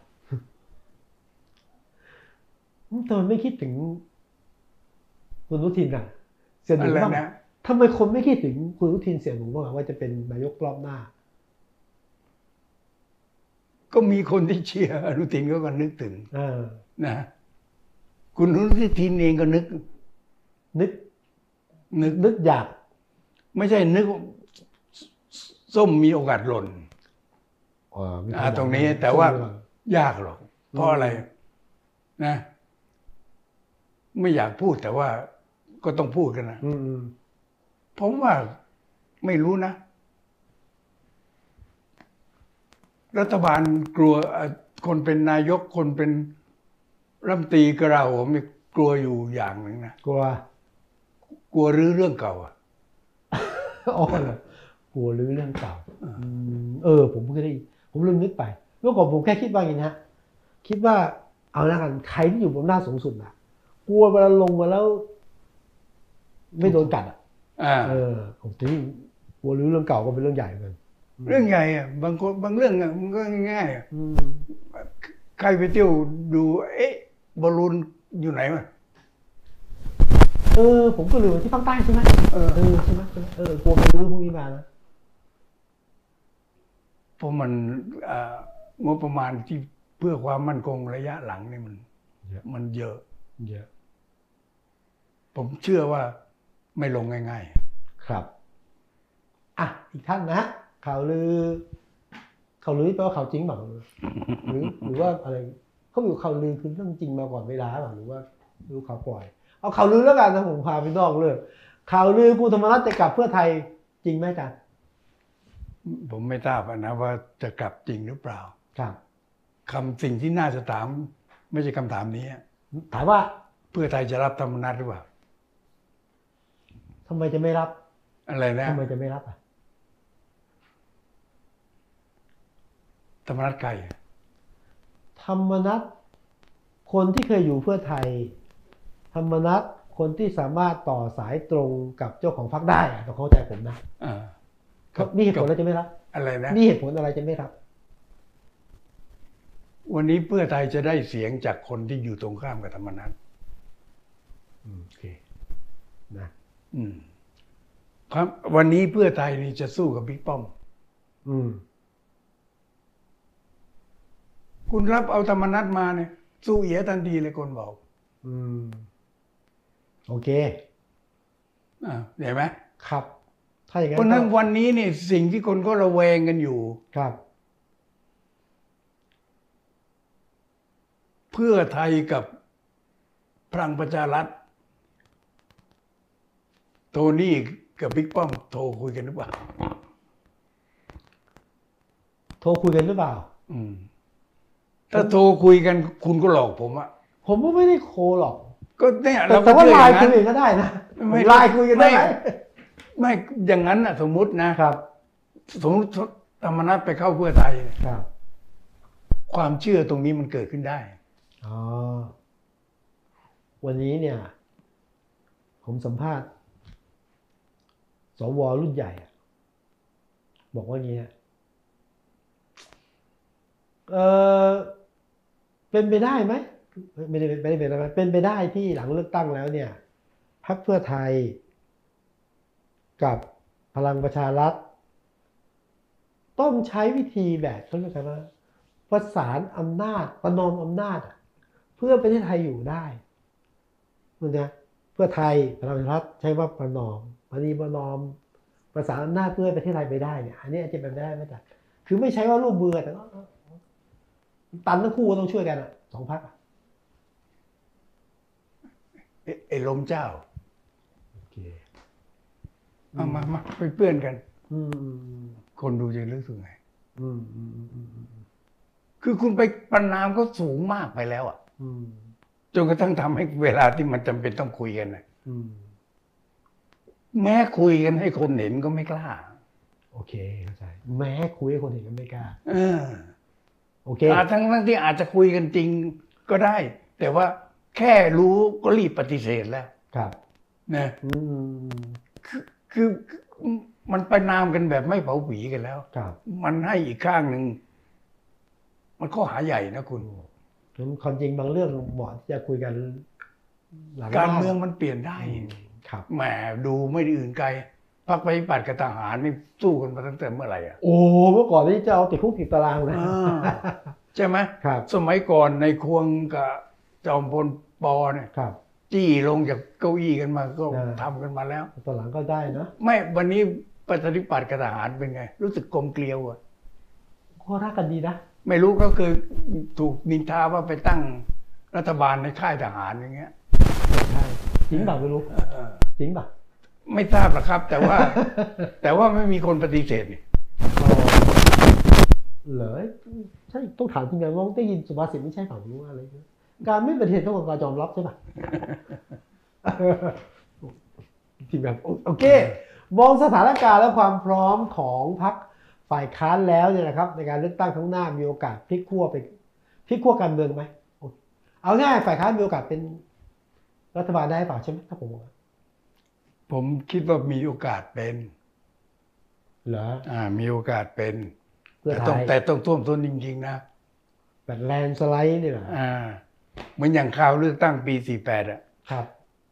ทำไมไม่คิดถึงคุณอนุทินอ่ะเสี่ยหนูบ้างทำไมคนไม่คิดถึงคุณอนุทินเสี่ยหนูบ้างว่าจะเป็นนายกรอบหน้าก็มีคนที่เชียร์อนุทินก็ก็นึกถึงนะคุณอนุทินเองก็นึกนึกนึกนึกอยากไม่ใช่นึกส้มมีโอกาสหล่นอ่าตรงนี้แต่ว่ายากหรอกเพราะอะไรนะไม่อยากพูดแต่ว่าก็ต้องพูดกันนะผมว่าไม่รู้นะรัฐบาลกลัวคนเป็นนายกคนเป็นรัฐมนตรีกระผมนี่กลัวอยู่อย่างหนึ่งนะกลัวกลัวรื้อเรื่องเก่าอ่ะอ๋อกลัวรื้อเรื่องเก่าเออผมเพิ่งได้ผมลืมนึกไปเมื่อก่อนผมแค่คิดว่าอย่างนี้ฮะคิดว่าเอาละกันใครที่อยู่บนหน้าสูงสุดน่ะกลัวเวลาลงมาแล้วไม่โดนกัดอ่ะเออผมที่กลัวรื้อเรื่องเก่าก็เป็นเรื่องใหญ่เหมือนกันเรื่องใหญ่อ่ะบางคนบางเรื่องอ่ะมันก็ง่ายอ่ะใครไปเที่ยวดูเอ๊ะบอลลูนอยู่ไหนวะแต่เออผมก็ลืมที่ภาคใต้ใช่ไหมเออเออใช่ไหมเออกลัวไปรื้อพวกนี้มานะเพราะมันงบประมาณที่เพื่อความมั่นคงระยะหลังนี่มันมันเยอะเยอะผมเชื่อว่าไม่ลงง่ายๆครับอ่ะอีกท่านนะข่าวลือข่าวลือแปลว่าข่าวจริงเปล่าหรือหรือว่าอะไรเขาอยู่ข่าวลือคือเรื่องจริงมาก่อนเวลาเปล่าหรือว่ารู้ข่าวปล่อยเอาข่าวลือแล้วกันนะผมพาไปนอกเรื่องข่าวลือคุณธรรมนัสจะกลับเพื่อไทยจริงไหมจ๊ะผมไม่ทราบนะว่าจะกลับจริงหรือเปล่าครับคำสิ่งที่น่าจะถามไม่ใช่คำถามนี้ถามว่าเพื่อไทยจะรับธรรมนัสหรือเปล่าทำไมจะไม่รับอะไรนะทำไมจะไม่รับอ่ะธรรมนัสใครธรรมนัสคนที่เคยอยู่เพื่อไทยธรรมนัสคนที่สามารถต่อสายตรงกับเจ้าของพรรคได้ต้องเข้าใจผมนะอ่านี่เหตุผลอะไรจะไม่รับอะไรนะนี่เหตุผลอะไรจะไม่รับวันนี้เพื่อไทยจะได้เสียงจากคนที่อยู่ตรงข้ามกับธรรมนัสโอเคนะอืมครับวันนี้เพื่อไทยนี่จะสู้กับบิ๊กป้อมอืมคุณรับเอาธรรมนัสมาเนี่ยสู้เอียทันทีเลยคนบอกอืมโอเคอ่าเห็นไหมครับถ้าอย่างนั้นเพราะนั้นวันนี้เนี่ยสิ่งที่คนก็ระแวงกันอยู่ครับเพื่อไทยกับพลังประชารัฐโทนี่กับบิ๊กป้อมโทรคุยกันหรือเปล่าโทรคุยกันหรือเปล่าอืมถ้าโทรคุยกันคุณก็หลอกผมอะผมก็ไม่ได้โคหรอกก็เนี่ยแต่ว่าไลน์คุยกันก็ได้นะไลน์คุยกันได้ไหมไม่อย่างนั้นอะสมมุตินะครับสมมติธรรมนัสไปเข้าเพื่อไทยครับความเชื่อตรงนี้มันเกิดขึ้นได้อ๋อวันนี้เนี่ยผมสัมภาษณ์สวรุ่นใหญ่บอกว่างี้เออเป็นไปได้ไหมไม่ได้ไม่ได้เป็นอะไรเป็นไปได้ที่หลังเลือกตั้งแล้วเนี่ยพรรคเพื่อไทยกับพลังประชารัฐต้องใช้วิธีแบบเขาเรียกว่าประสานอำนาจประนอมอำนาจเพื่อประเทศไทยอยู่ได้นะเพื่อไทยพลังประชารัฐใช้ว่าประนอมปณีประนอมประสานอำนาจเพื่อประเทศไทยไปได้เนี่ยอันนี้อาจจะเป็นไปได้ไหมแต่คือไม่ใช้ว่าร่วมมือแต่ก็ตันทั้งคู่ต้องช่วยกันอ่ะสองพรรคไอ้ลมเจ้าโอเคมามามาไปเปื้อนกันอืมคนดูจะรู้สึกไงอืมอืมอืมอืมคือคุณไปประนามเขาสูงมากไปแล้วอ่ะอืมจนกระทั่งทำให้เวลาที่มันจำเป็นต้องคุยกันนะอืมแม้คุยกันให้คนเห็นก็ไม่กล้าโอเคเข้าใจแม้คุยให้คนเห็นก็ไม่กล้าเออโอเคทั้งทั้งที่อาจจะคุยกันจริงก็ได้แต่ว่าแค่รู้ก็รีบปฏิเสธแล้วครับนะคือคือมันไปนามกันแบบไม่เผาผีกันแล้วครับมันให้อีกข้างหนึ่งมันข้อหาใหญ่นะคุณความจริงบางเรื่องเหมาะที่จะคุยกันการเมืองมันเปลี่ยนได้ครับแหมดูไม่ได้อื่นไกลพรรคประชาธิปัตย์กับทหารนี่สู้กันมาตั้งแต่เมื่อไหร่อ่ะโอ้เมื่อก่อนนี่จะเอาติดคุกติดตารางเลยใช่ไหมครับสมัยก่อนในควงกับจอมพลปอเนี่ยครับจี้ลงจากเก้าอี้กันมาก็ทำกันมาแล้วตอนหลังก็ได้นะไม่วันนี้ประชาธิปัตย์กับทหารเป็นไงรู้สึกกลมเกลียวอ่ะก็รักกันดีนะไม่รู้ก็คือถูกนินทาว่าไปตั้งรัฐบาลในค่ายทหารอย่างเงี้ยใช่จริงเปล่าไม่รู้จริงเปล่าไม่ทราบหรอกครับแต่ว่าแต่ว่าไม่มีคนปฏิเสธนี่เหรอใช่ต้องถามทีมงานว่าได้ยินสุภาษิตไม่ใช่เปล่ารู้อะไรการไม่ปฏิเสธต้องการยอมรับใช่ป่ะทีมงานโอเคมองสถานการณ์และความพร้อมของพรรคฝ่ายค้านแล้วเนี่ยนะครับในการเลือกตั้งข้างหน้ามีโอกาสพลิกขั้วไปพลิกขั้วการเมืองไหมเอาง่ายฝ่ายค้านมีโอกาสเป็นรัฐบาลได้เปล่าใช่ไหมถ้าผมว่าผมคิดว่ามีโอกาสเป็นเหรออ่ามีโอกาสเป็นแต่ต้องแต่ต้องท่วมท้นจริงๆนะแบบแลนสไลด์นี่แหละอ่าเหมือนอย่างข่าวเลือกตั้งปีสี่สิบแปดอ่ะครับ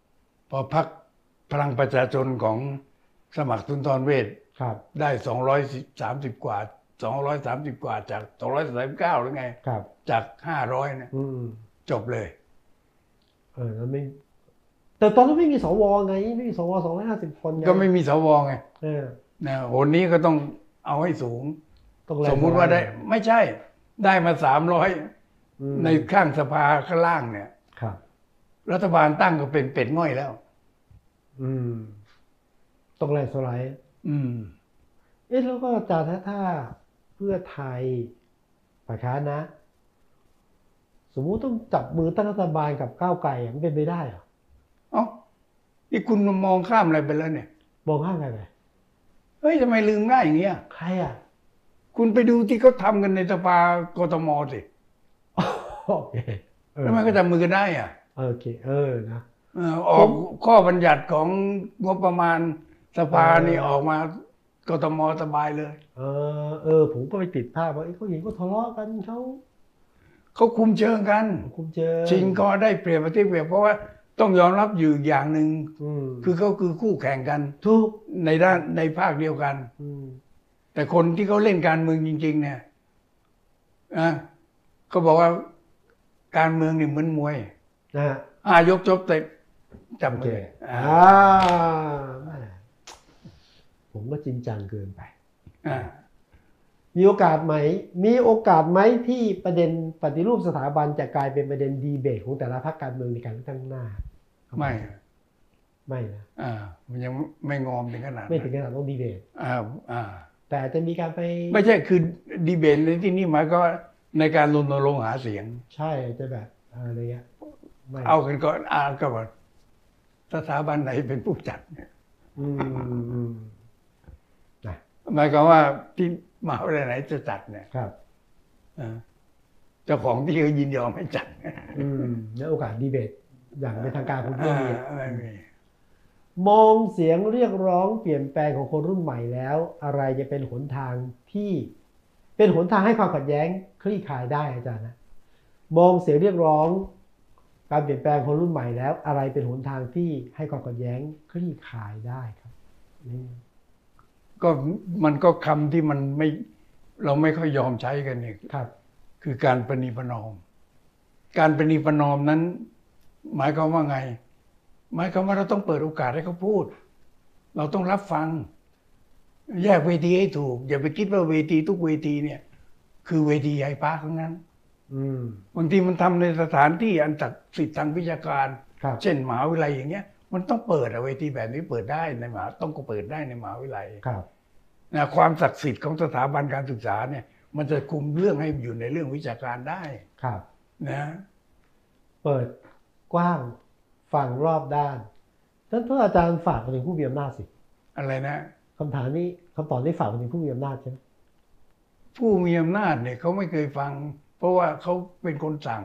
พอพรรคพลังประชาชนของสมัครสุนทรเวชครับได้สองร้อยสามสิบกว่าสองร้อยสามสิบกว่าจากสองร้อยสามสิบเก้าหรือไงครับจากห้าร้อยเนี่ยอืมจบเลยเออแล้วไม่แต่ตอนนั้นไม่มีสวไงไม่มีสวสองร้อยห้าสิบคนไงก็ไม่มีสวไงเออนะโหนนี้ก็ต้องเอาให้สูงต้องแรงสมมุติว่าได้ ไม่ใช่ได้มาสามร้อยอืมในข้างสภาข้างล่างเนี่ยครับรัฐบาลตั้งก็เป็นเป็ดง่อยแล้วอืมต้องแรงสไลด์อืมเอ๊ะแล้วก็อาจารย์ถ้าถ้าเพื่อไทยฝ่ายค้านนะ สมมุติต้องจับมือตั้งรัฐบาลกับก้าวไกลมันเป็นไปได้เหรอเอ้านี่คุณมองข้ามอะไรไปแล้วเนี่ยมองข้างใครไปเฮ้ยทำไมลืมง่ายอย่างเงี้ยใครอ่ะคุณไปดูที่เขาทำกันในสภากทมสิโอเคเออแล้วมันก็จับมือกันได้อ่ะโอเค เออนะเออออกข้อบัญญัติของงบประมาณสภานี่ออกมากทมสบายเลยเออเออผมก็ไปติดภาพว่าเอ้ยเขาเห็นเขาทะเลาะกันเขาเขาคุมเชิงกันคุมเจอชิงก็ได้เปรียบประเทศเปรียบเพราะว่าต้องยอมรับอยู่อย่างหนึ่งอืมคือเขาคือคู่แข่งกันทุกในด้านในภาคเดียวกันอืมแต่คนที่เขาเล่นการเมืองจริง ๆ เนี่ยนะเขาบอกว่าการเมืองนี่เหมือนมวยนะฮะอายกจบเตะจับโอเคมืออ่าอ่าแม่ผมก็จริงจังเกินไปอ่ามีโอกาสไหม มีโอกาสไหมที่ประเด็นปฏิรูปสถาบันจะกลายเป็นประเด็นดีเบตของแต่ละพรรคการเมืองในการเลือกตั้งหน้าไม่ไม่นะอ่ามันยังไม่งอมถึงขนาดไม่ถึงขนาดต้องดีเบตอ่าอ่าแต่จะมีการไปไม่ใช่คือดีเบตในที่นี้หมายก็ในการรณรงค์หาเสียงใช่จะแบบอะไรเงี้ยไม่เอากันก่อนอ่านก็ว่าสถาบันไหนเป็นผู้จัดเนี่ยอืมอืมนะหมายความว่าที่มหาวิทยาลัยไหนจะจัดเนี่ยครับอ่าเจ้าของที่เขายินยอมให้จัดอืมแล้วโอกาสดีเบตอย่างเป็นทางการคุณไม่มีอ่าไม่มีมองเสียงเรียกร้องเปลี่ยนแปลงของคนรุ่นใหม่แล้ว อะไรจะเป็นหนทางที่เป็นหนทางให้ความขัดแย้งคลี่คลายได้อาจารย์นะมองเสียงเรียกร้องการเปลี่ยนแปลงคนรุ่นใหม่แล้ว อะไรเป็นหนทางที่ให้ความขัดแย้งคลี่คลายได้ครับนี่ก็มันก็คำที่มันไม่เราไม่ค่อยยอมใช้กันเนี่ยครับคือการประนีประนอม การประนีประนอมนั้น หมายความว่าไง หมายความว่าเราต้องเปิดโอกาสให้เขาพูด เราต้องรับฟัง แยกเวทีให้ถูก อย่าไปคิดว่าเวทีทุกเวทีเนี่ย คือเวทีใหญ่ป้าทั้งนั้นอืมบางทีมันทำในสถานที่อันศักดิ์สิทธิ์ทางวิชาการครับเช่นมหาวิทยาลัยอย่างเงี้ย มันต้องเปิดอะเวทีแบบนี้เปิดได้ในมหาต้องก็เปิดได้ในมหาวิทยาลัยครับนะความศักดิ์สิทธิ์ของสถาบันการศึกษาเนี่ย มันจะคุมเรื่องให้อยู่ในเรื่องวิชาการได้ครับนะเปิดกว้างฟังรอบด้านท่านท่านอาจารย์ฝากไปถึงผู้มีอำนาจสิอะไรนะคำถามนี้คำตอบนี้ฝากไปถึงผู้มีอำนาจใช่ไหมผู้มีอำนาจเนี่ยเขาไม่เคยฟัง เพราะว่าเขาเป็นคนสั่ง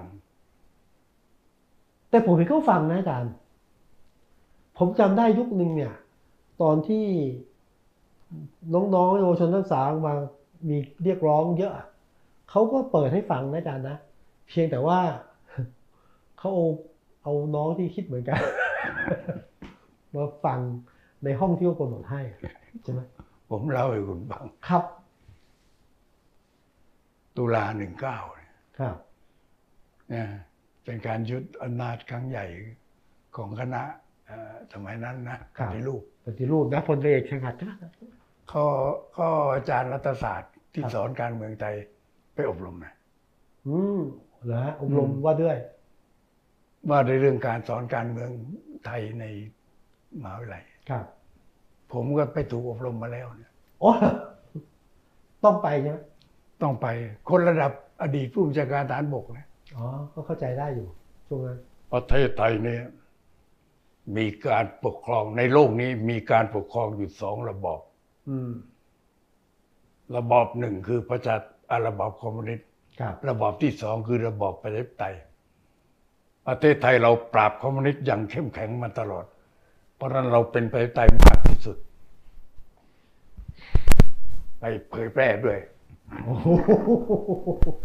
แต่ผมเห็นเขาฟังนะอาจารย์ ผมจำได้ยุคนึงเนี่ย ตอนที่น้องๆเยาวชนนักศึกษามามีเรียกร้องเยอะเขาก็เปิดให้ฟังนะอาจารย์นะเพียงแต่ว่า เขาเอาเอาน้องที่คิดเหมือนกัน มาฟังในห้องที่เขากำหนดให้ใช่ไหมผมเล่าให้คุณฟังครับตุลาหนึ่งเก้าครับเนี่ยเป็นการยึดอำนาจครั้งใหญ่ของคณะเอ่อสมัยนั้นนะปฏิรูปปฏิรูปนะพลเรือเอกชหัดใช่ไหมข้อข้ออาจารย์รัฐศาสตร์ที่ครับสอนการเมืองไทยไปอบรมนะอืมเหรอฮะอบรมว่าด้วยว่าในเรื่องการสอนการเมืองไทยในมหาวิทยาลัยครับผมก็ไปถูกอบรมมาแล้วเนี่ยโอ้ต้องไปใช่ไหมต้องไปคนระดับอดีตผู้บัญชาการทหารบกนะอ๋อก็เข้าใจได้อยู่ช่วงนั้นประเทศไทยเนี่ยมีการปกครองในโลกนี้มีการปกครองอยู่สองระบอบอืมระบอบหนึ่งคือประชาอ่าระบอบคอมมิวนิสต์ครับระบอบที่สองคือระบอบประชาธิปไตยประเทศไทยเราปราบคอมมิวนิสต์อย่างเข้มแข็งมาตลอด เพราะฉะนั้นเราเป็นประชาธิปไตยมากที่สุด ไปเผยแพร่ด้วยโอ้โห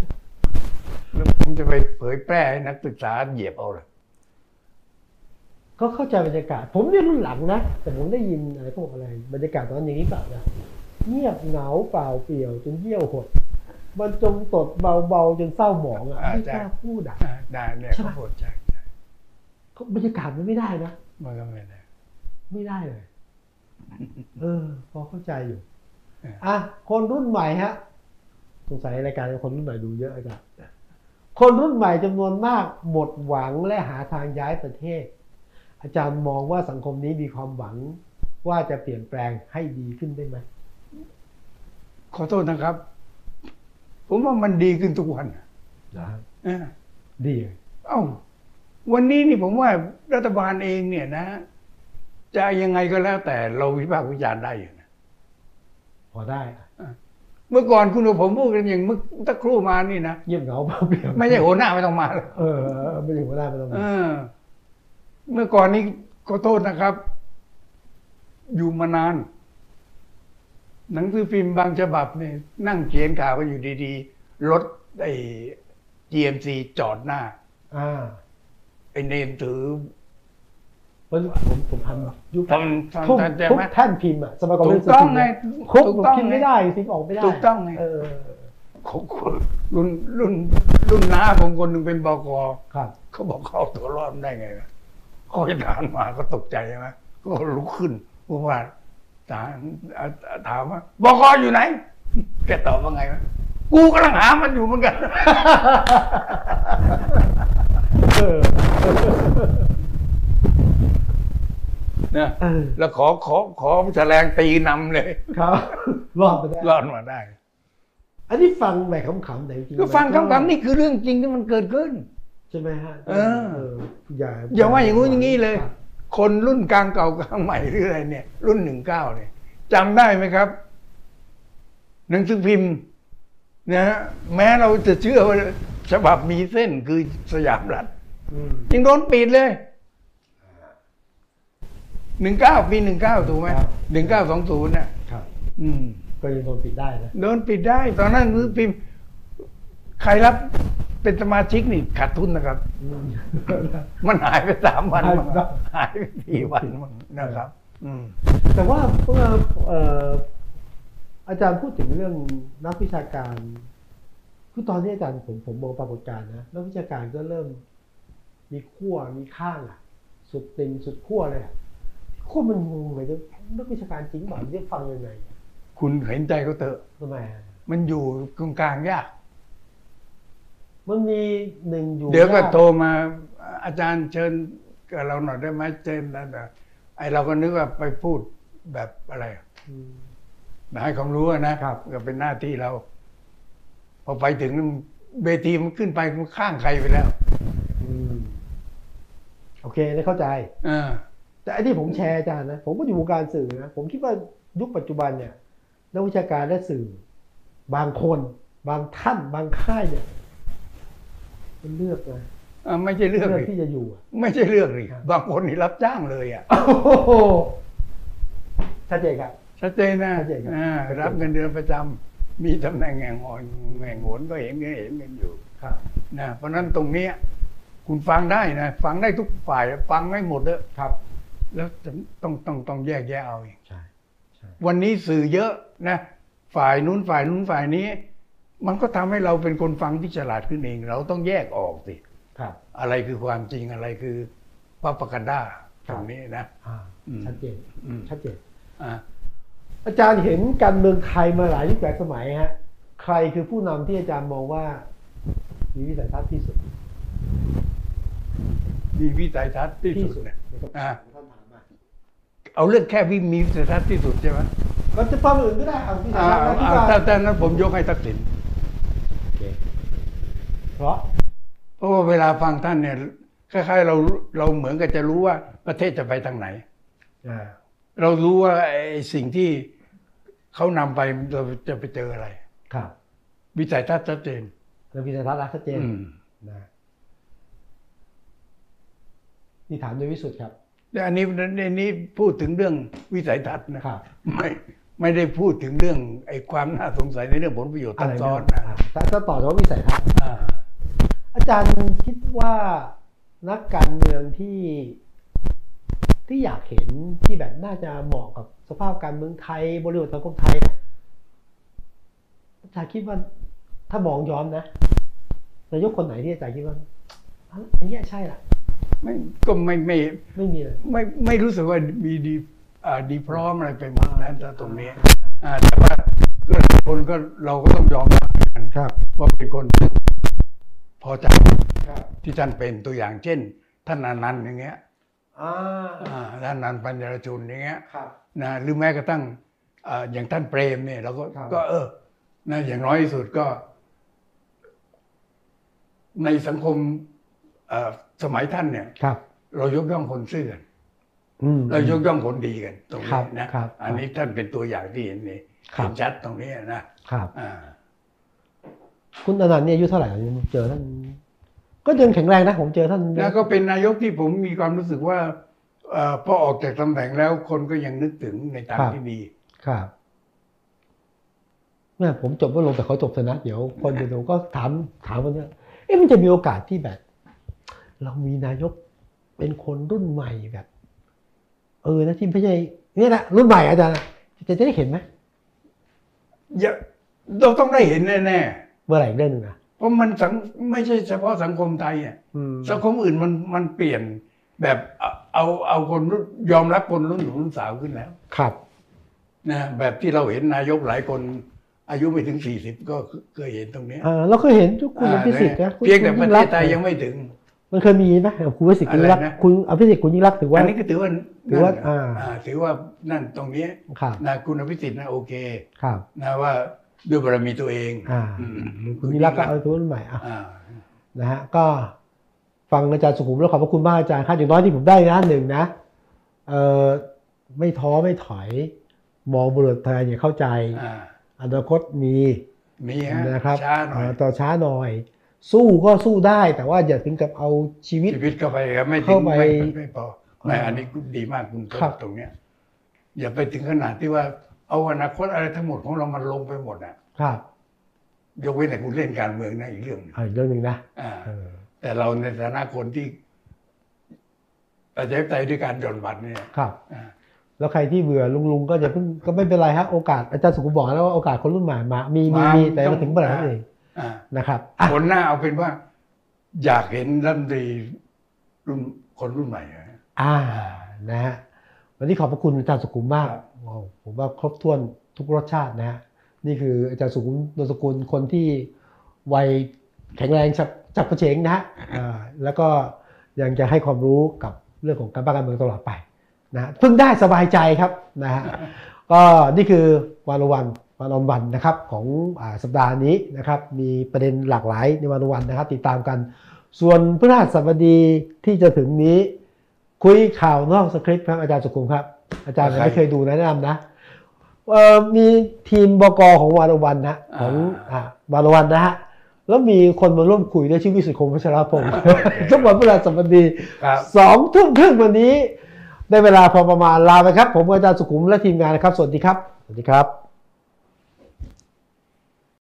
แล้วผมจะไปเผยแพร่ให้นักศึกษาเหยียบเอาเลยก็เข้าใจบรรยากาศผมเนี่ยรุ่นหลังนะแต่ผมได้ยินอะไรพวกอะไรบรรยากาศตอนอย่างนี้เปล่านะเงียบเหงาเปล่าเปลี่ยวจนเยี่ยวหดบรรจงตดเบาๆจนเศร้าหมองอ่ะไม่กล้าพูดอ่ะได้เนี่ยเขาพูดใช่ใช่บรรยากาศมันไม่ได้นะมันก็ไม่ได้ไม่ได้เลยเออพอเข้าใจอยู่อ่ะคนรุ่นใหม่ฮะสงสัยรายการคนรุ่นใหม่ดูเยอะอาจารย์คนรุ่นใหม่จำนวนมากหมดหวังและหาทางย้ายประเทศอาจารย์มองว่าสังคมนี้มีความหวังว่าจะเปลี่ยนแปลงให้ดีขึ้นได้ไหมขอโทษนะครับผมว่ามันดีขึ้นทุกวันนะดีเอ้าวันนี้นี่ผมว่ารัฐบาลเองเนี่ยนะจะยังไงก็แล้วแต่เราวิพากษ์วิจารณ์ได้อยู่นะพอได้เมื่อก่อนคุณกับผมพูดกันอย่างเมื่อตะครู่มานี่นะเงียบเหงาเปล่าเปลี่ยวไม่ใช่หัวหน้าไม่ต้องมาเออไม่ใช่หัวหน้าไม่ต้องมาเมื่อก่อนนี้ขอโทษนะครับอยู่มานานหนังสือพิมพ์บางฉบับเนี่ยนั่งเขียนข่าวกันอยู่ดีๆรถไอ้ จี เอ็ม ซี จอดหน้าไอ้เนมถือผมผมทำยุคทำทำทำแท่นพิมพ์อ่ะสมัยก่อนถูกต้องไงคุกพิมพ์ไม่ได้พิมพ์ออกไม่ได้ถูกต้องไงรุ่นรุ่นรุ่นน้าผมคนหนึ่งเป็นบก.เขาบอกเขาเอาตัวรอดได้ไงเขาจะถามมาก็ตกใจใช่ไหมก็ลุกขึ้นเพราะว่าถามถามว่าบก.อยู่ไหนแกตอบว่าไงวะกูกำลังหามันอยู่เหมือนกันนะแล้วขอขอขอแฉลงตีนำเลยครับรอดมาได้รอดมาได้อันนี้ฟังแบบขำๆไหนจริงก็ฟังขำๆนี่คือเรื่องจริงที่มันเกิดขึ้นใช่ไหมฮะเอออย่าอย่าว่าอย่างงู้นอย่างนี้เลยคนรุ่นกลางเก่ากลางใหม่หรืออะไรเนี่ยรุ่นหนึ่งเก้าเนี่ยจำได้ไหมครับหนังสือพิมพ์นะฮะแม้เราจะเชื่อว่าฉบับมีเส้นคือสยามรัฐยังโดนปิดเลยหนึ่งเก้าปีหนึ่งเก้าถูกไหมหนึ่งเก้าสองศูนย์น่ะครับอืมก็ยังโดนปิดได้นะโดนปิดได้ตอนนั้นหนังสือพิมพ์ใครรับเป็นสมาชิกนี่ขาดทุนนะครับมันหายไปสามวันหายไปสี่วันนะครับแต่ว่าอาจารย์พูดถึงเรื่องนักวิชาการคือตอนนี้อาจารย์ผมผมมองปรากฏการณ์นะนักวิชาการก็เริ่มมีขั้วมีข้างอ่ะสุดติ่งสุดขั้วเลยอ่ะขั้วมันงงเลยนักวิชาการจริงแบบจะฟังยังไงคุณเห็นใจเขาเถอะทำไมมันอยู่ตรงกลางยากมันมีหนึ่งอยู่เดี๋ยวก็โทรมาอาจารย์เชิญกับเราหน่อยได้ไหมเชิญแล้วแต่ไอเราก็นึกว่าไปพูดแบบอะไรให้ความรู้นะครับก็เป็นหน้าที่เราพอไปถึงเวทีมันขึ้นไปมันข้างใครไปแล้วโอเคได้เข้าใจแต่อันที่ผมแชร์อาจารย์นะผมก็อยู่วงการสื่อนะผมคิดว่ายุคปัจจุบันเนี่ยนักวิชาการและสื่อบางคนบางท่านบางค่ายเนี่ยมันเลือกนะไม่ใช่เลือกที่จะอยู่ไม่ใช่เลือกเลยบางคนนี่รับจ้างเลยอ่ะชัดเจนครับชัดเจนนะรับเงินเดือนประจำมีตำแหน่งแห่งหอนแห่งโหนก็เห็นเห็นกันอยู่นะเพราะนั้นตรงนี้คุณฟังได้นะฟังได้ทุกฝ่ายฟังไม่หมดเลยครับแล้วต้องต้องต้องแยกแยะเอาเองใช่วันนี้สื่อเยอะนะฝ่ายนู้นฝ่ายนู้นฝ่ายนี้มันก็ทำให้เราเป็นคนฟังที่ฉลาดขึ้นเองเราต้องแยกออกสิอะไรคือความจริงอะไรคือพระปกันดาตรงนี้นะชัดเจนชัดเจนอาจารย์เห็นการเมืองไทยมาหลายยุคหลายสมัยฮะใครคือผู้นำที่อาจารย์มองว่ามีวิสัยทัศน์ที่สุดมีวิสัยทัศน์ที่สุดเนี่ยเอาเรื่องแค่วิมีวิสัยทัศน์ที่สุดใช่ไหมเราจะประเมินก็ได้เอาวิสัยทัศน์ที่ว่าแต่นั้นผมยกให้ทักษิณเพราะเพราะว่าเวลาฟังท่านเนี่ยคล้ายๆเราเราเหมือนกับจะรู้ว่าประเทศจะไปทางไหนเรารู้ว่าไอ้สิ่งที่เขานำไปเราจะไปเจออะไรครับวิสัยทัศน์ชัดเจนเราวิสัยทัศน์ชัดเจนนะนี่ถามโดยวิสุทธ์ครับแต่อันนี้ในนี้พูดถึงเรื่องวิสัยทัศน์นะครับไม่ไม่ได้พูดถึงเรื่องไอ้ความน่าสงสัยในเรื่องผลประโยชน์ซับซ้อนนะถ้าต่อจากวิสัยทัศน์อาจารย์คิดว่านักการเมืองที่ที่อยากเห็นที่แบบน่าจะเหมาะกับสภาพการเมืองไทยบริบทสังคมไทยอาจารย์คิดว่าถ้ามองย้อนนะนายกคนไหนที่อาจารย์คิดว่าอันนี้ใช่ล่ะไม่ก็ไม่ไม่ไม่มีเลยไม่ไม่รู้สึกว่ามีดีอ่าดีพร้อมอะไรไปหมดนั้นตรงนี้อ่าแต่ว่าคนก็เราก็ต้องยอมรับกันว่าเป็นคนพอใจที่ท่านเป็นตัวอย่างเช่นท่านอนันต์อย่างเงี้ยท่านอนันต์ปัญญารชุนอย่างเงี้ยนะหรือแม้กระทั่งอย่างท่านเปรมเนี่ยเราก็ก็เออนะอย่างน้อยที่สุดก็ในสังคมสมัยท่านเนี่ยเรายกย่องคนซื่อกันเรายกย่องคนดีกันตรงนี้นะอันนี้ท่านเป็นตัวอย่างที่เห็นนี่เห็นชัดตรงนี้นะครับคุณอนันต์เนี่ยอายุเท่าไหร่เจอท่านก็ยังแข็งแรงนะผมเจอท่านแล้วก็เป็นนายกที่ผมมีความรู้สึกว่าพอออกจากตำแหน่งแล้วคนก็ยังนึกถึงในทางที่ดีครับแม่ผมจบว่าลงแต่เขาจบเถอะนะเดี๋ยวคนจะดูก็ถามถามวันนี้เอ๊ะมันจะมีโอกาสที่แบบเรามีนายกเป็นคนรุ่นใหม่แบบเออนะที่ไม่ใช่นี่แหละรุ่นใหม่อาจารย์จะจะได้เห็นไหมอย่าเราต้องได้เห็นแน่ๆเมื่อไหร่เรื่องนึงนะเพราะมันสังไม่ใช่เฉพาะสังคมไทยอ่ะสังคมอื่นมันมันเปลี่ยนแบบเอาเอาคนยอมรับคนรุ่นหนุ่มรุ่นสาวขึ้นแล้วครับนะแบบที่เราเห็นนายกหลายคนอายุไม่ถึงสี่สิบก็เคยเห็นตรงนี้เราเคยเห็นทุกคุณอภิสิทธิ์นะเพียงแต่ประเทศไทยยังไม่ถึงมันเคยมีไหมคุณอภิสิทธิ์คุณยิ่งรักคุณอภิสิทธิ์คุณยิ่งรักถือว่าอันนี้ก็ถือว่าถือว่าถือว่านั่นตรงนี้นะคุณอภิสิทธิ์นะโอเคนะว่าด้วยบารมีตัวเองคุณยิ่งรักก็เอาตัวรุ่นใหม่นะฮะก็ฟังอาจารย์สุขุมแล้วขอบพระคุณมากอาจารย์ครับอย่างน้อยที่ผมได้นะหนึ่งนะเออไม่ท้อไม่ถอยมองบริบทไทยอย่างเข้าใจอนาคตมีมีนะครับต่อช้าหน่อยสู้ก็สู้ได้แต่ว่าอย่าถึงกับเอาชีวิตชีวิตเข้าไปครับไม่เข้าไปไม่พอไม่อันนี้ดีมากคุณตรงเนี้ยอย่าไปถึงขนาดที่ว่าเอาอนาคตอะไรทั้งหมดของเรามันลงไปหมดอ่ะครับยกเว้นแต่คุณเล่นการเมืองนะอีกเรื่องอีกเรื่องหนึ่งนะแต่เราในฐานะคนที่ประชาธิปไตยด้วยการหย่อนบัตรเนี่ยครับแล้วใครที่เบื่อลุงลุงก็จะเพิ่งก็ไม่เป็นไรฮะโอกาสอาจารย์สุขุมบอกแล้วว่าโอกาสคนรุ่นใหม่มามีมีมีแต่มาถึงเมื่อไหร่นั่นเองนะครับคนหน้าเอาเป็นว่าอยากเห็นรัฐมนตรีรุ่นคนรุ่นใหม่อ่านะฮะวันนี้ขอบพระคุณอาจารย์สุขุมมากผมว่าครบถ้วนทุกรสชาตินะฮะนี่คืออาจารย์สุขุมนนสกุลคนที่วัยแข็งแรงจับจับกระเฉงนะฮะแล้วก็ยังจะให้ความรู้กับเรื่องของการบ้านการเมืองตลอดไปนะเพิ่งได้สบายใจครับนะฮะก็นี่คือวันวันวันออนวันนะครับของสัปดาห์นี้นะครับมีประเด็นหลากหลายในวันวันนะครับติดตามกันส่วนพฤหัสบดีที่จะถึงนี้คุยข่าวนอกสคริปต์ครับอาจารย์สุขุมครับอาจารย์ไม่เคยดูนะแนะนำนะมีทีมบก.ของวันวันนะของวันวันนะฮะแล้วมีคนมาร่วมคุยด้วยชื่อวิสุทธิ์คงพัชรพงศ์ทุกวันพฤหัสบดีสองทุ่มครึ่งวันนี้ได้เวลาพอประมาณลาไปครับผมอาจารย์สุขุมและทีมงานนะครับสวัสดีครับสวัสดีครับ